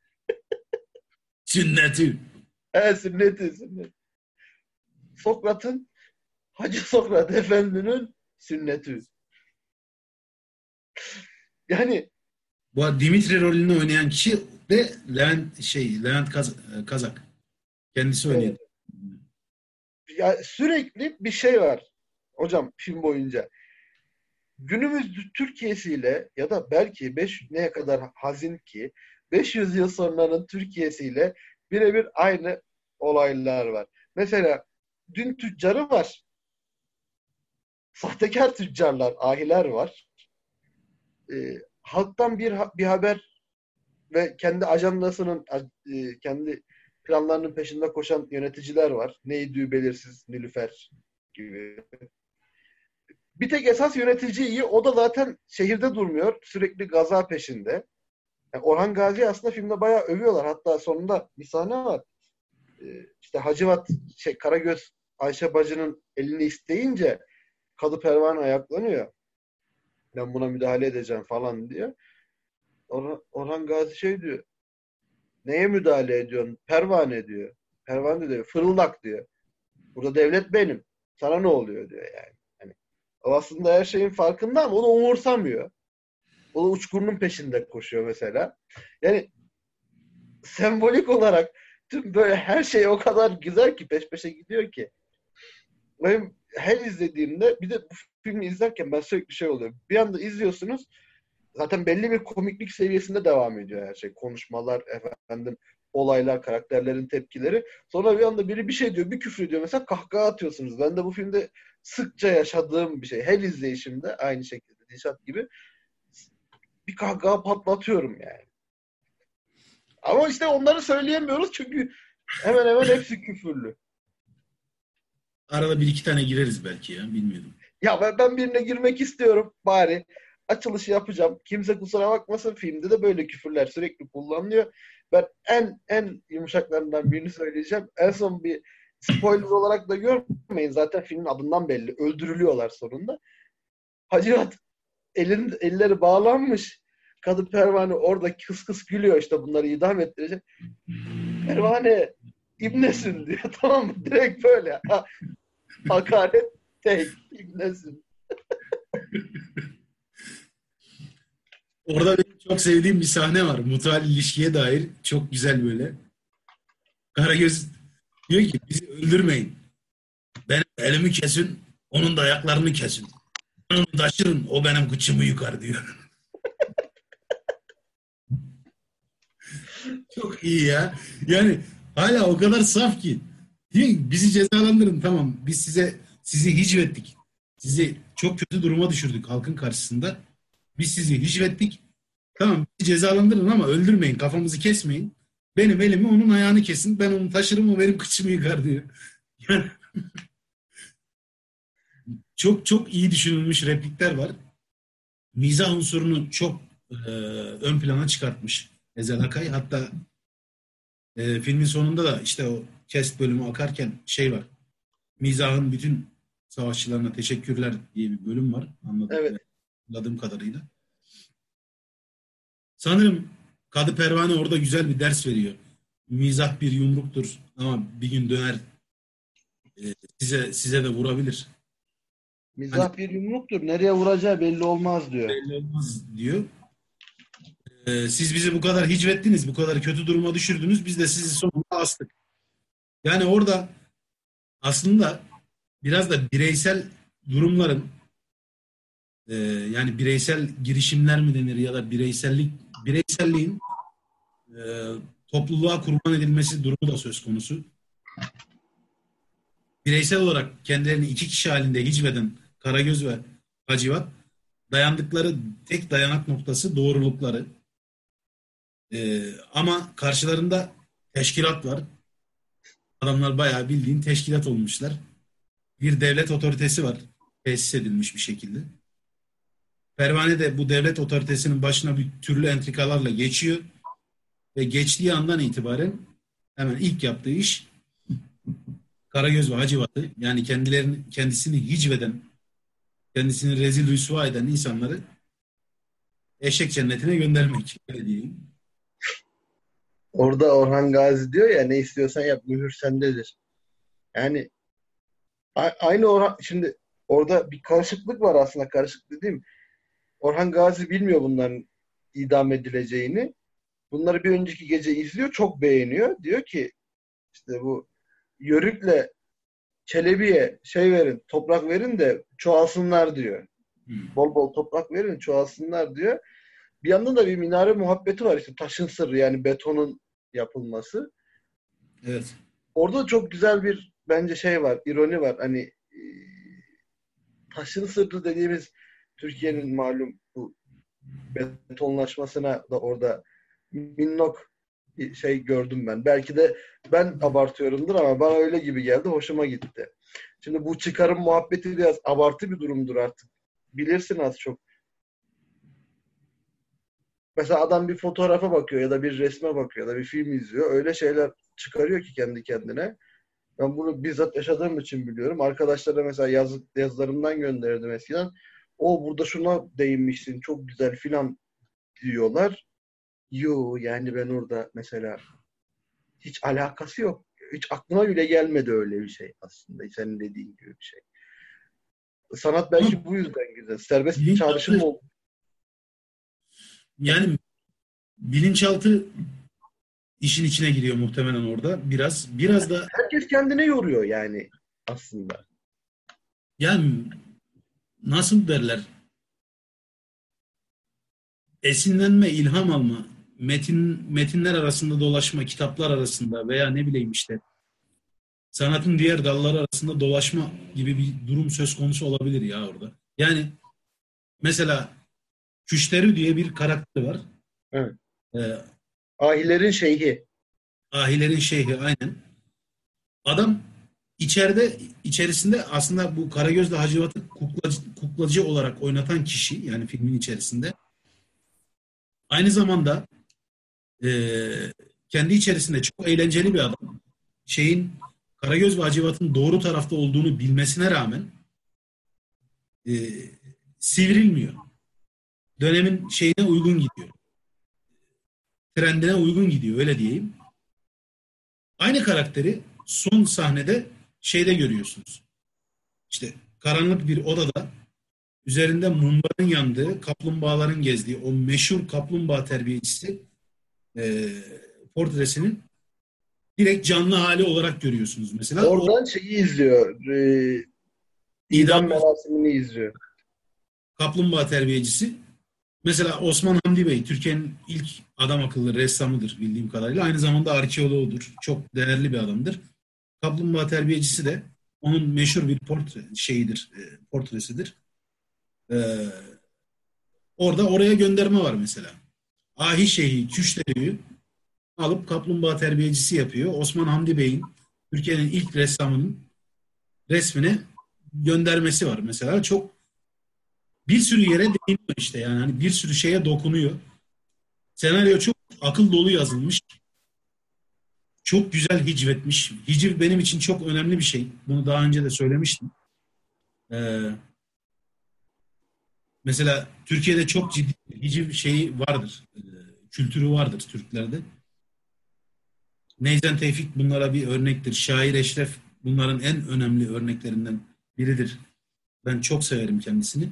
Sünneti. Evet sünneti sünnet. Sokrat'ın Hacı Sokrat Efendi'nin sünneti. Yani Bu Dimitri rolünü oynayan kişi de Levent şey Levent Kaz- Kazak. Kendisi oynuyor. evet, ya sürekli bir şey var hocam film boyunca. Günümüz Türkiye'siyle ya da belki beş neye kadar hazin ki beş yüz yıl sonranın Türkiye'siyle birebir aynı olaylar var. Mesela dün tüccarı var. Sahtekar tüccarlar, ahiler var. E, halktan bir bir haber ve kendi ajandasının e, kendi planlarının peşinde koşan yöneticiler var. Neydi belirsiz Nilüfer gibi. Bir tek esas yönetici iyi. O da zaten şehirde durmuyor. Sürekli gaza peşinde. Yani Orhan Gazi aslında filmde bayağı övüyorlar. Hatta sonunda bir sahne var. Ee, işte Hacivat, şey, Karagöz Ayşe bacının elini isteyince Kadı Pervane ayaklanıyor. Ben buna müdahale edeceğim falan diyor. Orhan, Orhan Gazi şey diyor. Neye müdahale ediyorsun? Pervane diyor. Pervane diyor. Fırıldak diyor. Burada devlet benim. Sana ne oluyor diyor yani. Hani, o aslında her şeyin farkında ama onu umursamıyor. O da uçkurunun peşinde koşuyor mesela. Yani sembolik olarak tüm böyle her şey o kadar güzel ki peş peşe gidiyor ki. Benim her izlediğimde bir de bu filmi izlerken ben sürekli şey oluyor. Bir anda izliyorsunuz zaten belli bir komiklik seviyesinde devam ediyor her şey. Konuşmalar, efendim, olaylar, karakterlerin tepkileri. Sonra bir anda biri bir şey diyor, bir küfür ediyor. Mesela kahkaha atıyorsunuz. Ben de bu filmde sıkça yaşadığım bir şey. Her izleyişimde aynı şekilde Dilşat gibi bir kahkaha patlatıyorum yani. Ama işte onları söyleyemiyoruz çünkü hemen hemen hepsi küfürlü. Arada bir iki tane gireriz belki ya. Bilmiyorum. Ya ben, ben birine girmek istiyorum bari. Açılışı yapacağım. Kimse kusura bakmasın, filmde de böyle küfürler sürekli kullanılıyor. Ben en en yumuşaklarından birini söyleyeceğim. En son bir spoiler olarak da görmeyin. Zaten filmin adından belli. Öldürülüyorlar sonunda. Hacivat elin, elleri bağlanmış. Kadı Pervane orada kıs kıs gülüyor, işte bunları idam ettirecek. Pervane ibnesin diyor, tamam mı? Direkt böyle. Ha, hakaret tek ibnesin. Orada benim çok sevdiğim bir sahne var. Mutual ilişkiye dair çok güzel böyle. Karagöz diyor ki bizi öldürmeyin. Benim elimi kesin, onun da ayaklarını kesin. Ben onu taşırım, o benim kıçımı yıkar diyor. Çok iyi ya. Yani hala o kadar saf ki. Diyor ki, bizi cezalandırın, tamam. Biz size sizi hicvettik. Sizi çok kötü duruma düşürdük halkın karşısında. Biz sizi hicvettik. Tamam, bizi cezalandırın ama öldürmeyin, kafamızı kesmeyin. Benim elimi onun ayağını kesin. Ben onu taşırım, o benim kıçımı yıkar diyor. Yani çok çok iyi düşünülmüş replikler var. Mizah unsurunu çok e, ön plana çıkartmış Ezel Akay. Hatta e, filmin sonunda da işte o cast bölümü akarken şey var. Mizahın bütün savaşçılarına teşekkürler diye bir bölüm var. Anladım, Evet. anladığım kadarıyla. Sanırım Kadı Pervane orada güzel bir ders veriyor. Mizah bir yumruktur ama bir gün döner, e, size size de vurabilir. Hani Mizah bir yumruktur. Nereye vuracağı belli olmaz diyor. belli olmaz diyor. E, siz bizi bu kadar hicvettiniz, bu kadar kötü duruma düşürdünüz. Biz de sizi sonunda astık. Yani orada aslında biraz da bireysel durumların, e, yani bireysel girişimler mi denir ya da bireysellik bireyselliğin e, topluluğa kurban edilmesi durumu da söz konusu. Bireysel olarak kendilerini iki kişi halinde hicveden Karagöz ve Hacivat, dayandıkları tek dayanak noktası doğrulukları. E, ama karşılarında teşkilat var. Adamlar bayağı bildiğin teşkilat olmuşlar. Bir devlet otoritesi var. Tesis edilmiş bir şekilde. Pervane de bu devlet otoritesinin başına bir türlü entrikalarla geçiyor ve geçtiği andan itibaren hemen ilk yaptığı iş Karagöz ve Hacivat'ı, yani kendilerini kendisini hicveden, kendisini rezil rüsva eden insanları eşek cennetine göndermek. Öyle diyeyim. Orada Orhan Gazi diyor ya, ne istiyorsan yap, mühür sendedir. Yani a- aynı Orhan, şimdi orada bir karışıklık var aslında, karışık dediğim. Orhan Gazi bilmiyor bunların idam edileceğini. Bunları bir önceki gece izliyor, çok beğeniyor. Diyor ki işte bu Yörük'le Çelebi'ye şey verin, toprak verin de çoğalsınlar diyor. Hmm. Bol bol toprak verin, çoğalsınlar diyor. Bir yandan da bir minare muhabbeti var, işte taşın sırrı, yani betonun yapılması. Evet. Orada çok güzel bir bence şey var, ironi var. Hani e, taşın sırrı dediğimiz Türkiye'nin malum bu betonlaşmasına da orada minnok bir şey gördüm ben. Belki de ben abartıyorumdur ama bana öyle gibi geldi, hoşuma gitti. Şimdi bu çıkarım muhabbeti biraz abartı bir durumdur artık. Bilirsin az çok. Mesela adam bir fotoğrafa bakıyor ya da bir resme bakıyor ya da bir film izliyor. Öyle şeyler çıkarıyor ki kendi kendine. Ben bunu bizzat yaşadığım için biliyorum. Arkadaşlara mesela yazı, yazılarımdan gönderirdim eskiden. O burada şuna değinmişsin, çok güzel filan diyorlar. Yo, yani ben orada mesela hiç alakası yok. Hiç aklıma bile gelmedi öyle bir şey aslında. Senin dediğin gibi bir şey. Sanat Ama belki bu yüzden güzel. Serbest çağrışım bilinçaltı, oldu. yani bilinçaltı işin içine giriyor muhtemelen orada. Biraz biraz da Herkes kendine yoruyor yani aslında. yani nasıl derler? Esinlenme, ilham alma, metin metinler arasında dolaşma, kitaplar arasında veya ne bileyim işte sanatın diğer dalları arasında dolaşma gibi bir durum söz konusu olabilir ya orada. Yani mesela Küşterü diye bir karakter var. Evet. Ee, Ahilerin şeyhi. Ahilerin şeyhi aynen. Adam içeride içerisinde aslında bu Karagöz'le Hacivat'ı kuklacı, kuklacı olarak oynatan kişi yani filmin içerisinde aynı zamanda e, kendi içerisinde çok eğlenceli bir adam. Şeyin Karagöz ve Hacivat'ın doğru tarafta olduğunu bilmesine rağmen e, sivrilmiyor. Dönemin şeyine uygun gidiyor. Trendine uygun gidiyor öyle diyeyim. Aynı karakteri son sahnede şeyde görüyorsunuz. İşte karanlık bir odada üzerinde mumların yandığı, kaplumbağaların gezdiği o meşhur kaplumbağa terbiyecisi e, portresinin direkt canlı hali olarak görüyorsunuz. Mesela o Oradan şeyi izliyor. E, idam idam merasimini izliyor. kaplumbağa terbiyecisi. Mesela Osman Hamdi Bey Türkiye'nin ilk adam akıllı ressamıdır bildiğim kadarıyla. Aynı zamanda arkeoloğudur. Çok değerli bir adamdır. Kaplumbağa terbiyecisi de onun meşhur bir portre şeyidir, e, portresidir. E, Orada oraya gönderme var mesela. Ahi Şeyhi Küşleri'yi alıp kaplumbağa terbiyecisi yapıyor. Osman Hamdi Bey'in Türkiye'nin ilk ressamının resmine göndermesi var mesela. Çok bir sürü yere değiniyor işte yani hani bir sürü şeye dokunuyor. Senaryo çok akıl dolu yazılmış. Çok güzel hicvetmiş. Hiciv benim için çok önemli bir şey. Bunu daha önce de söylemiştim. Ee, Mesela Türkiye'de çok ciddi bir hiciv şeyi vardır. Ee, kültürü vardır Türklerde. Neyzen Tevfik bunlara bir örnektir. Şair Eşref bunların en önemli örneklerinden biridir. Ben çok severim kendisini.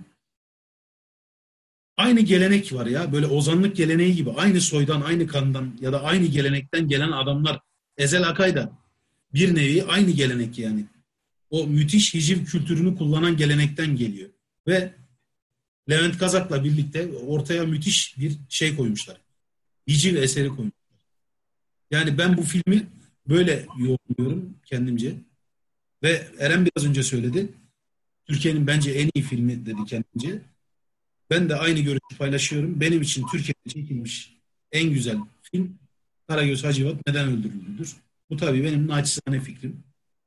Aynı gelenek var ya. Böyle ozanlık geleneği gibi. Aynı soydan, aynı kandan ya da aynı gelenekten gelen adamlar. Ezel Akay da bir nevi aynı gelenek yani. O müthiş hiciv kültürünü kullanan gelenekten geliyor. Ve Levent Kazak'la birlikte ortaya müthiş bir şey koymuşlar. Hiciv eseri koymuşlar. Yani ben bu filmi böyle yorumluyorum kendimce. Ve Eren biraz önce söyledi. Türkiye'nin bence en iyi filmi dedi kendince. Ben de aynı görüşü paylaşıyorum. Benim için Türkiye'de çekilmiş en güzel film Karagöz Hacivat Neden Öldürüldüdür. Bu tabii benim naçizane fikrim.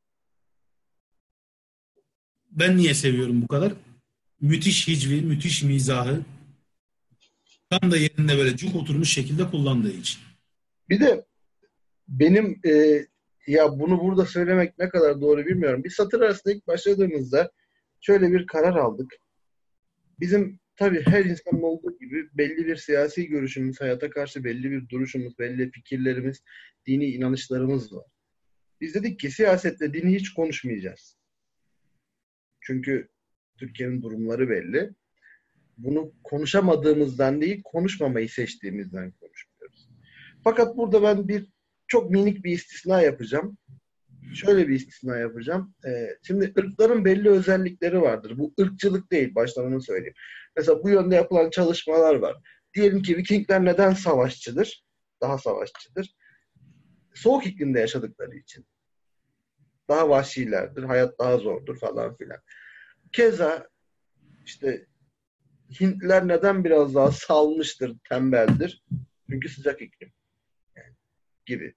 Ben niye seviyorum bu kadar? Müthiş hicvi, müthiş mizahı tam da yerinde böyle cuk oturmuş şekilde kullandığı için. Bir de benim e, ya bunu burada söylemek ne kadar doğru bilmiyorum. Bir satır arasında ilk başladığımızda şöyle bir karar aldık. Bizim tabii her insanın olduğu gibi belli bir siyasi görüşümüz, hayata karşı belli bir duruşumuz, belli fikirlerimiz, dini inanışlarımız var. Biz dedik ki siyasetle dini hiç konuşmayacağız. Çünkü Türkiye'nin durumları belli. Bunu konuşamadığımızdan değil, konuşmamayı seçtiğimizden konuşmuyoruz. Fakat burada ben bir çok minik bir istisna yapacağım. Şöyle bir istisna yapacağım. Ee, şimdi ırkların belli özellikleri vardır. Bu ırkçılık değil, baştan onu söyleyeyim. Mesela bu yönde yapılan çalışmalar var. Diyelim ki Vikingler neden savaşçıdır? Daha savaşçıdır. Soğuk iklimde yaşadıkları için. Daha vahşilerdir, hayat daha zordur falan filan. Keza işte Hintliler neden biraz daha salmıştır, tembeldir? Çünkü sıcak iklim gibi.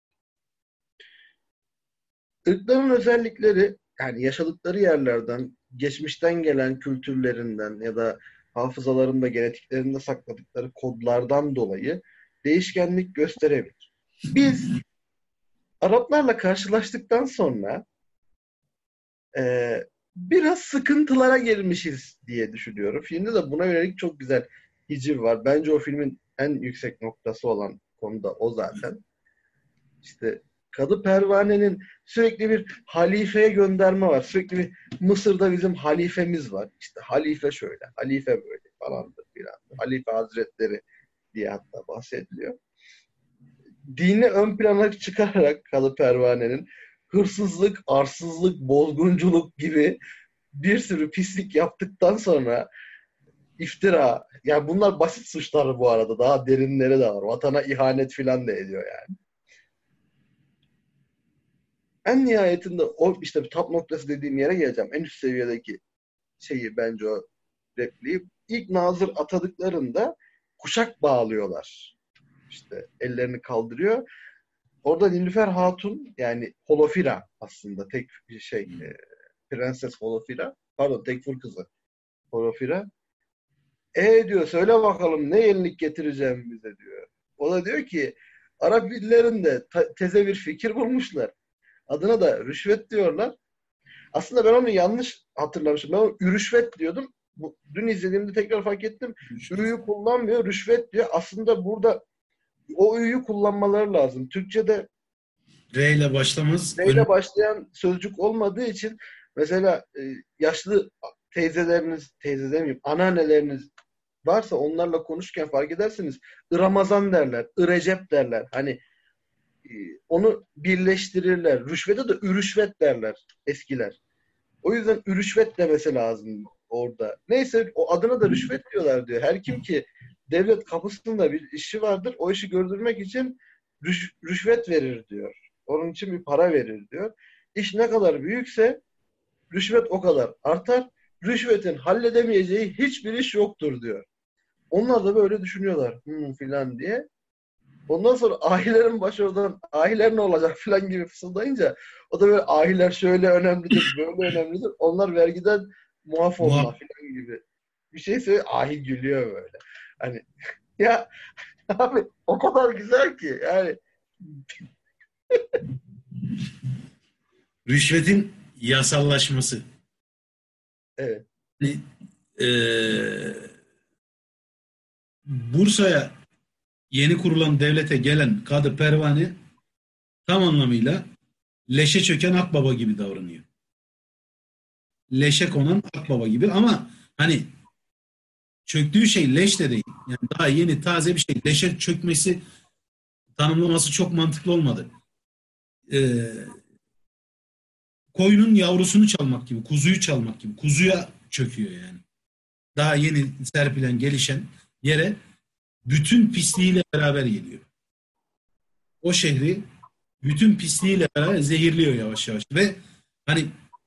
Irkların özellikleri yani yaşadıkları yerlerden, geçmişten gelen kültürlerinden ya da hafızalarında, genetiklerinde sakladıkları kodlardan dolayı değişkenlik gösterebilir. Biz Araplarla karşılaştıktan sonra e, biraz sıkıntılara girmişiz diye düşünüyorum. Filmde de buna yönelik çok güzel hiciv var. Bence o filmin en yüksek noktası olan konu da o zaten. İşte Kadı Pervane'nin sürekli bir halifeye gönderme var. Sürekli bir Mısır'da bizim halifemiz var. İşte halife şöyle, halife böyle falandır bir anda. Halife Hazretleri diye hatta bahsediliyor. Dini ön plana çıkararak Kadı Pervane'nin hırsızlık, arsızlık, bozgunculuk gibi bir sürü pislik yaptıktan sonra iftira, yani bunlar basit suçlar bu arada. Daha derinleri de var. Vatana ihanet filan da ediyor yani. En nihayetinde o işte top noktası dediğim yere geleceğim. En üst seviyedeki şeyi bence o repliği. İlk nazır atadıklarında kuşak bağlıyorlar. işte ellerini kaldırıyor. Orada Nilüfer Hatun yani Holofira aslında tek bir şey e, Prenses Holofira pardon Tekfur kızı Holofira. E diyor söyle bakalım ne yenilik getireceğim bize diyor. O da diyor ki Arap dillerinde ta- teze bir fikir bulmuşlar. Adına da rüşvet diyorlar. Aslında ben onu yanlış hatırlamışım. Ben onu rüşvet diyordum. Bu, dün izlediğimde tekrar fark ettim. Ü'yü kullanmıyor, rüşvet diyor. Aslında burada o ü'yü kullanmaları lazım. Türkçe'de R ile başlamaz. R Ön... ile başlayan sözcük olmadığı için mesela e, yaşlı teyzeleriniz, teyze demeyeyim, anneanneleriniz varsa onlarla konuşurken fark edersiniz Ramazan derler, Recep derler. Hani e, onu birleştirirler. Rüşvete de ürüşvet derler eskiler. O yüzden ürüşvet demesi lazım orada. Neyse o adına da rüşvet diyorlar diyor. Her kim ki devlet kapısında bir işi vardır o işi gördürmek için rüş, rüşvet verir diyor. Onun için bir para verir diyor. İş ne kadar büyükse rüşvet o kadar artar. Rüşvetin halledemeyeceği hiçbir iş yoktur diyor. Onlar da böyle düşünüyorlar. Hmm, filan diye. Ondan sonra ahilerin başı oradan ahiler ne olacak filan gibi fısıldayınca o da böyle ahiler şöyle önemlidir, böyle önemlidir. Onlar vergiden muaf olma Muhab- filan gibi. Bir şey söyle ahi gülüyor böyle. Hani ya abi o kadar güzel ki yani Rüşvetin yasallaşması. evet. Yani, eee, Bursa'ya yeni kurulan devlete gelen Kadı Pervane tam anlamıyla leşe çöken akbaba gibi davranıyor. Leşe konan akbaba gibi ama hani çöktüğü şey leş de değil. Yani daha yeni taze bir şey. Leşe çökmesi tanımlaması çok mantıklı olmadı. Ee, Koyunun yavrusunu çalmak gibi, kuzuyu çalmak gibi. Kuzuya çöküyor yani. Daha yeni serpilen, gelişen yere bütün pisliğiyle beraber geliyor. O şehri bütün pisliğiyle beraber zehirliyor yavaş yavaş. Ve hani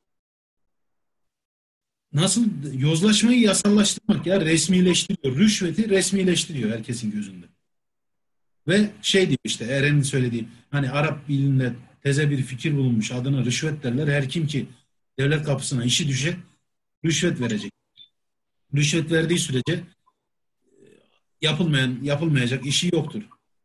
nasıl yozlaşmayı yasallaştırmak ya resmileştiriyor. Rüşveti resmileştiriyor herkesin gözünde. Ve şey diyor işte Eren'in söylediği hani Arap dilinde teze bir fikir bulunmuş adına rüşvet derler. Her kim ki devlet kapısına işi düşe rüşvet verecek. Rüşvet verdiği sürece yapılmayan yapılmayacak işi yoktur.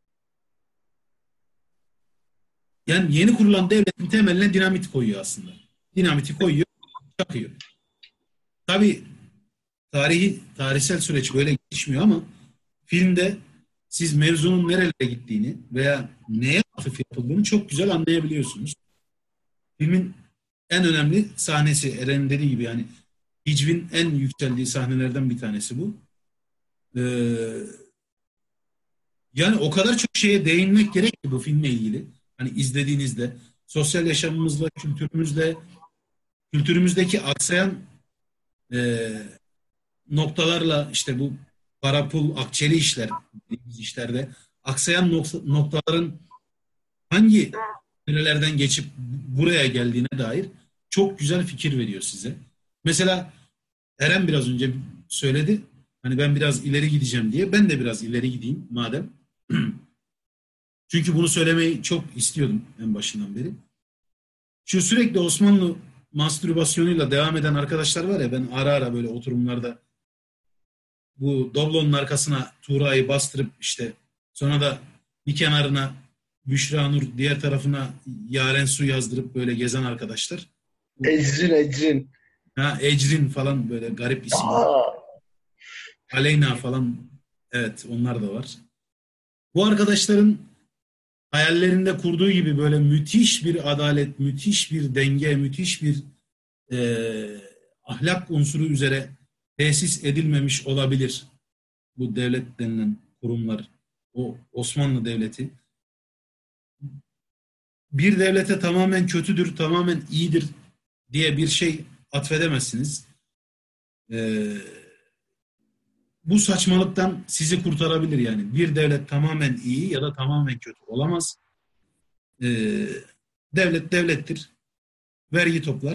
Yani yeni kurulan devletin temeline dinamit koyuyor aslında. Dinamiti koyuyor, çakıyor. Tabii tarihi tarihsel süreç böyle geçmiyor ama filmde siz mevzunun nerelere gittiğini veya neye atıf yapıldığını çok güzel anlayabiliyorsunuz. Filmin en önemli sahnesi Eren'in dediği gibi yani Hicvin en yükseldiği sahnelerden bir tanesi bu. Ee, Yani o kadar çok şeye değinmek gerek ki bu filmle ilgili. Hani izlediğinizde sosyal yaşamımızla, kültürümüzle, kültürümüzdeki aksayan e, noktalarla işte bu para pul akçeli işler dediğimiz işlerde aksayan nok- noktaların hangi nerelerden geçip buraya geldiğine dair çok güzel fikir veriyor size. Mesela Eren biraz önce söyledi. Hani ben biraz ileri gideceğim diye. Ben de biraz ileri gideyim madem. Çünkü bunu söylemeyi çok istiyordum en başından beri. Şu sürekli Osmanlı mastürbasyonuyla devam eden arkadaşlar var ya ben ara ara böyle oturumlarda bu Doblo'nun arkasına Tuğra'yı bastırıp işte sonra da bir kenarına Büşra Nur diğer tarafına Yaren Su yazdırıp böyle gezen arkadaşlar. Bu Ecrin ecrin. ha, Ecrin falan böyle garip isimler. Aa, Aleyna falan evet onlar da var. Bu arkadaşların hayallerinde kurduğu gibi böyle müthiş bir adalet, müthiş bir denge, müthiş bir e, ahlak unsuru üzere tesis edilmemiş olabilir bu devlet denilen kurumlar, o Osmanlı Devleti. Bir devlete tamamen kötüdür, tamamen iyidir diye bir şey atfedemezsiniz. E, Bu saçmalıktan sizi kurtarabilir yani. Bir devlet tamamen iyi ya da tamamen kötü olamaz. E, Devlet devlettir, vergi toplar,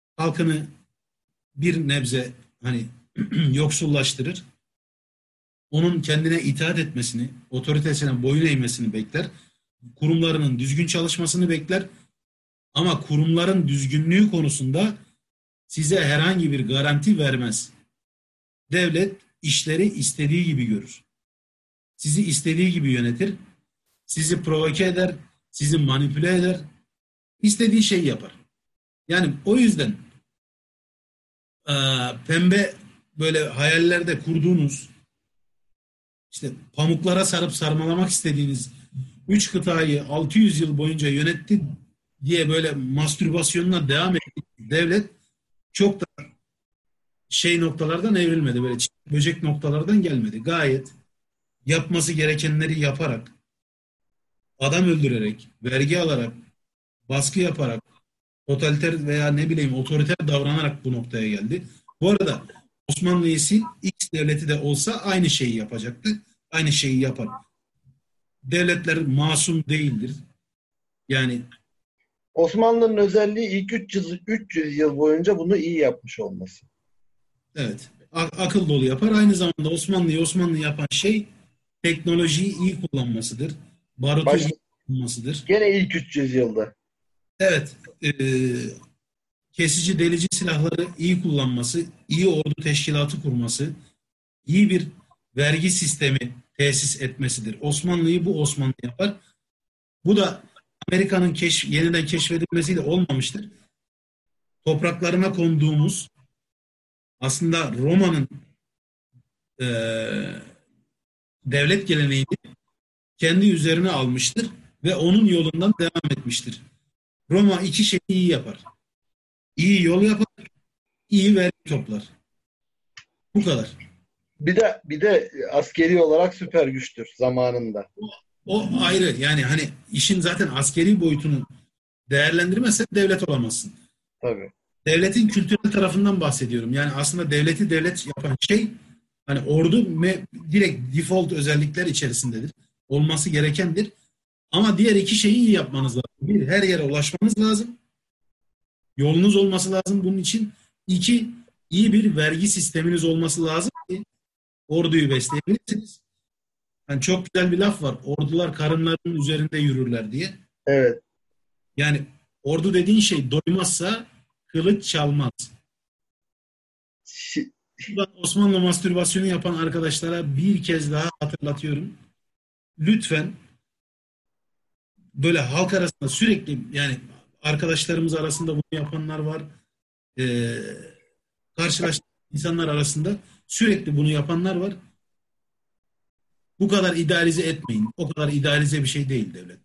halkını bir nebze hani yoksullaştırır. onun kendine itaat etmesini, otoritesine boyun eğmesini bekler. Kurumlarının düzgün çalışmasını bekler. Ama kurumların düzgünlüğü konusunda size herhangi bir garanti vermez. Devlet işleri istediği gibi görür. Sizi istediği gibi yönetir. Sizi provoke eder, sizi manipüle eder. İstediği şeyi yapar. Yani o yüzden e, pembe böyle hayallerde kurduğunuz, işte pamuklara sarıp sarmalamak istediğiniz üç kıtayı altı yüz yıl boyunca yönetti diye böyle mastürbasyonuna devam etti. Devlet çok da şey noktalardan evrilmedi. Böyle böcek noktalardan gelmedi. Gayet yapması gerekenleri yaparak, adam öldürerek, vergi alarak, baskı yaparak, totaliter veya ne bileyim otoriter davranarak bu noktaya geldi. Bu arada Osmanlı'yı sil, X devleti de olsa aynı şeyi yapacaktı. Aynı şeyi yapar. Devletler masum değildir. Yani Osmanlı'nın özelliği ilk üç yüz, üç yüz yıl boyunca bunu iyi yapmış olması. evet, akıl dolu yapar. Aynı zamanda Osmanlı'yı Osmanlı yapan şey teknolojiyi iyi kullanmasıdır. Barutu iyi Başta, kullanmasıdır. gene ilk üç yüz yılda. Evet, e, kesici delici silahları iyi kullanması, iyi ordu teşkilatı kurması, iyi bir vergi sistemi tesis etmesidir. Osmanlı'yı bu Osmanlı yapar. Bu da Amerika'nın keşf, yeniden keşfedilmesiyle olmamıştır. Topraklarına konduğumuz aslında Roma'nın e, devlet geleneğini kendi üzerine almıştır ve onun yolundan devam etmiştir. Roma iki şeyi iyi yapar. İyi yol yapar, iyi vergi toplar. Bu kadar. Bir de bir de askeri olarak süper güçtür zamanında. O ayrı. Yani hani işin zaten askeri boyutunu değerlendirmezsen devlet olamazsın. Tabii. Devletin kültürel tarafından bahsediyorum. Yani aslında devleti devlet yapan şey hani ordu ve direkt default özellikler içerisindedir. Olması gerekendir. Ama diğer iki şeyi iyi yapmanız lazım. Bir, her yere ulaşmanız lazım. Yolunuz olması lazım bunun için. İki, iyi bir vergi sisteminiz olması lazım ki orduyu besleyebilirsiniz. Yani çok güzel bir laf var. Ordular karınlarının üzerinde yürürler diye. Evet. Yani ordu dediğin şey doymazsa kılıç çalmaz. Şi- Buradan Osmanlı mastürbasyonu yapan arkadaşlara bir kez daha hatırlatıyorum. Lütfen böyle halk arasında sürekli yani arkadaşlarımız arasında bunu yapanlar var. Ee, karşılaştığımız insanlar arasında sürekli bunu yapanlar var. Bu kadar idealize etmeyin. O kadar idealize bir şey değil devlet.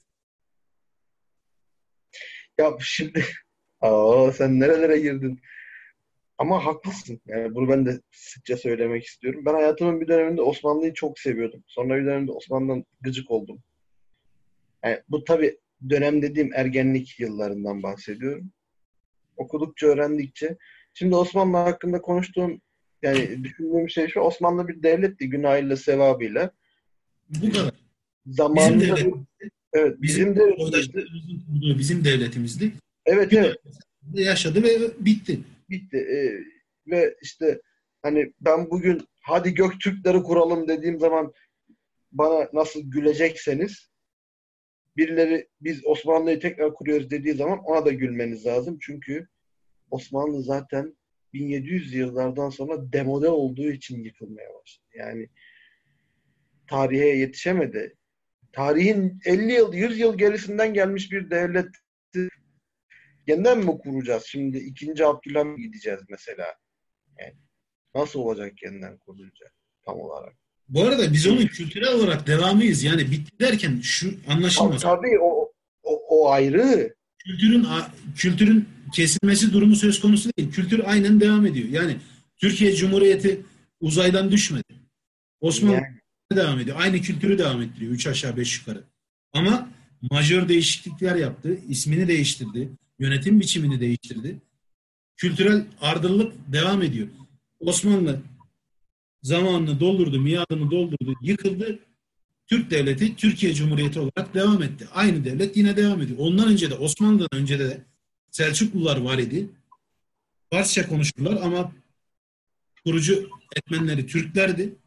Ya şimdi aa, sen nerelere girdin? Ama haklısın. Yani bunu ben de sıkça söylemek istiyorum. Ben hayatımın bir döneminde Osmanlı'yı çok seviyordum. Sonra bir dönemde Osmanlı'dan gıcık oldum. Yani bu tabii dönem dediğim ergenlik yıllarından bahsediyorum. Okudukça, öğrendikçe. Şimdi Osmanlı hakkında konuştuğum, yani düşündüğüm şey şu: Osmanlı bir devletti günahıyla, sevabıyla. Bu kadar. Bizim Zamanında devlet, bir, evet, bizim bizim devletimizdi. soydaşlarımızın kurduğu bizim devletimizdi. Evet, Gün evet, yaşadı ve bitti. bitti. Ee, ve işte hani ben bugün hadi Göktürkleri kuralım dediğim zaman bana nasıl gülecekseniz, birileri biz Osmanlı'yı tekrar kuruyoruz dediği zaman ona da gülmeniz lazım. Çünkü Osmanlı zaten bin yedi yüz yıllardan sonra demode olduğu için yıkılmaya başladı. Yani tarihe yetişemedi. Tarihin elli yıl, yüz yıl gerisinden gelmiş bir devlet yeniden mi kuracağız? Şimdi ikinci Abdülhamit gideceğiz mesela. Yani nasıl olacak yeniden kurulacak tam olarak? Bu arada biz onun kültürel olarak devamıyız. Yani bitti derken şu Ta- anlaşılmasın. Tabii o, o, o ayrı. Kültürün kültürün kesilmesi durumu söz konusu değil. Kültür aynen devam ediyor. Yani Türkiye Cumhuriyeti uzaydan düşmedi. Osmanlı Yani devam ediyor. Aynı kültürü devam ettiriyor. Üç aşağı beş yukarı. Ama majör değişiklikler yaptı. İsmini değiştirdi. Yönetim biçimini değiştirdi. Kültürel ardılılık devam ediyor. Osmanlı zamanını doldurdu, miadını doldurdu, yıkıldı. Türk Devleti Türkiye Cumhuriyeti olarak devam etti. Aynı devlet yine devam ediyor. Ondan önce de Osmanlı'dan önce de Selçuklular var idi. Farsça konuşurlar ama kurucu etmenleri Türklerdi.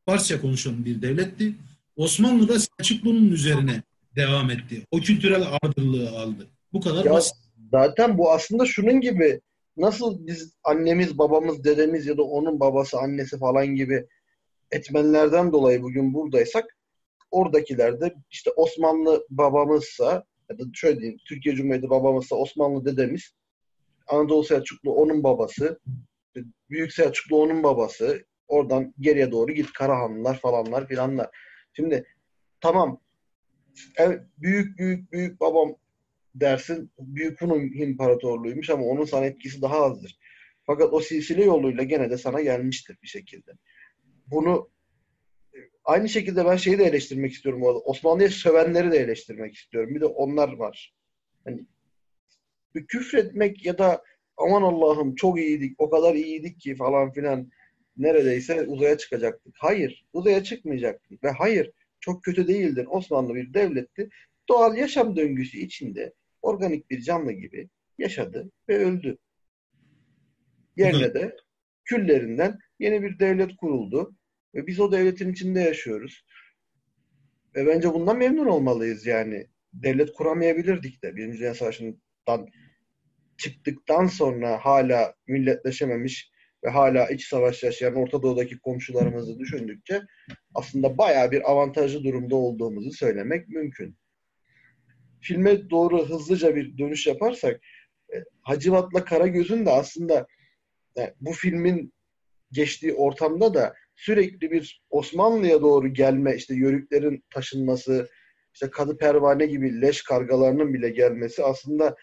Farsça konuşan bir devletti. Osmanlı da Selçuklu'nun üzerine devam etti. O kültürel ağırlığı aldı. Bu kadar Ya basit. zaten bu aslında şunun gibi, nasıl biz annemiz, babamız, dedemiz ya da onun babası, annesi falan gibi etmenlerden dolayı bugün buradaysak, oradakiler de işte Osmanlı babamızsa ya da şöyle diyeyim, Türkiye Cumhuriyeti babamızsa Osmanlı dedemiz, Anadolu Selçuklu onun babası, Büyük Selçuklu onun babası, oradan geriye doğru git, Karahanlılar falanlar filanlar. Şimdi tamam, evet, büyük büyük büyük babam dersin, Büyük Hun İmparatorluğuymuş ama onun sana etkisi daha azdır. Fakat o silsile yoluyla gene de sana gelmiştir bir şekilde. Bunu aynı şekilde ben şeyi de eleştirmek istiyorum bu arada. Osmanlı'ya sövenleri de eleştirmek istiyorum. Bir de onlar var. Hani bir küfretmek ya da aman Allah'ım çok iyiydik, o kadar iyiydik ki falan filan, neredeyse uzaya çıkacaktık. Hayır, uzaya çıkmayacaktık. Ve hayır, çok kötü değildin. Osmanlı bir devletti. Doğal yaşam döngüsü içinde organik bir canlı gibi yaşadı ve öldü. Bu kadar. Yerine de küllerinden yeni bir devlet kuruldu. Ve biz o devletin içinde yaşıyoruz. Ve bence bundan memnun olmalıyız yani. Devlet kuramayabilirdik de. Birinci Dünya Savaşı'ndan çıktıktan sonra hala milletleşememiş ve hala iç savaş yaşayan Orta Doğu'daki komşularımızı düşündükçe aslında bayağı bir avantajlı durumda olduğumuzu söylemek mümkün. Filme doğru hızlıca bir dönüş yaparsak, e, Hacivat'la Karagöz'ün de aslında e, bu filmin geçtiği ortamda da sürekli bir Osmanlı'ya doğru gelme, işte yörüklerin taşınması, işte Kadı Pervane gibi leş kargalarının bile gelmesi aslında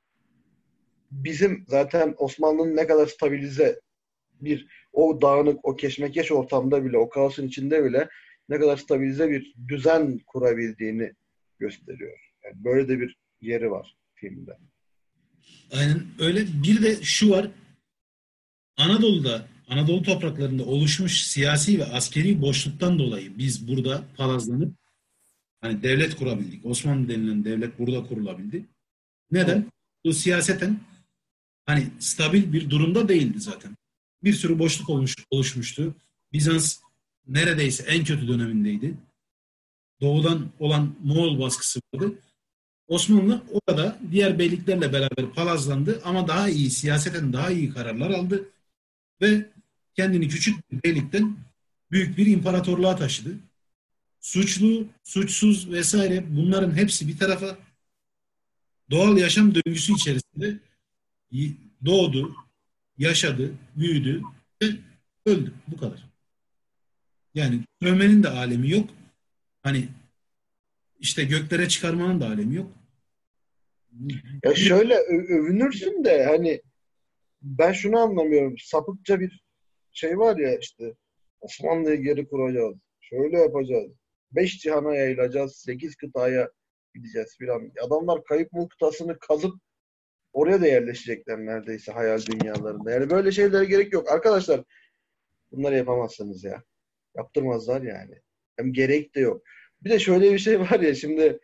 bizim zaten Osmanlı'nın ne kadar stabilize bir, o dağınık, o keşmekeş ortamda bile, o kaosun içinde bile ne kadar stabilize bir düzen kurabildiğini gösteriyor. Yani böyle de bir yeri var filmde. Aynen öyle. Bir de şu var. Anadolu'da, Anadolu topraklarında oluşmuş siyasi ve askeri boşluktan dolayı biz burada palazlanıp hani devlet kurabildik. Osmanlı denilen devlet burada kurulabildi. Evet. Neden? Bu siyaseten hani stabil bir durumda değildi zaten. Bir sürü boşluk olmuş, oluşmuştu. Bizans neredeyse en kötü dönemindeydi. Doğudan olan Moğol baskısı vardı. Osmanlı orada diğer beyliklerle beraber palazlandı ama daha iyi, siyaseten daha iyi kararlar aldı ve kendini küçük bir beylikten büyük bir imparatorluğa taşıdı. Suçlu, suçsuz vesaire bunların hepsi bir tarafa, doğal yaşam döngüsü içerisinde doğdu, yaşadı, büyüdü ve öldü. Bu kadar. Yani övmenin de alemi yok. Hani işte göklere çıkarmanın da alemi yok. Ya Bir, şöyle ö- övünürsün de hani ben şunu anlamıyorum. Sapıkça bir şey var ya, işte Osmanlı'yı geri kuracağız. Şöyle yapacağız. Beş cihana yayılacağız. Sekiz kıtaya gideceğiz filan. Adamlar Kayıp Mul kıtasını kazıp oraya da yerleşecekler neredeyse, hayal dünyalarında. Yani böyle şeylere gerek yok. Arkadaşlar, bunları yapamazsınız ya. Yaptırmazlar yani. Hem gerek de yok. Bir de şöyle bir şey var ya, şimdi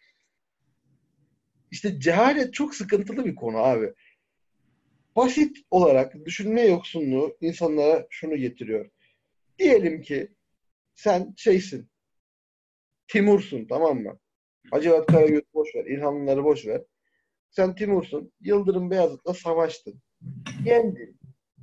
işte cehalet çok sıkıntılı bir konu abi. Basit olarak düşünme yoksunluğu insanlara şunu getiriyor. Diyelim ki sen şeysin, Timur'sun, tamam mı? Hacivat Karagöz boş ver, İlhanlıları boş ver. Sen Timur'sun, Yıldırım Beyazıt'la savaştın. Yendin.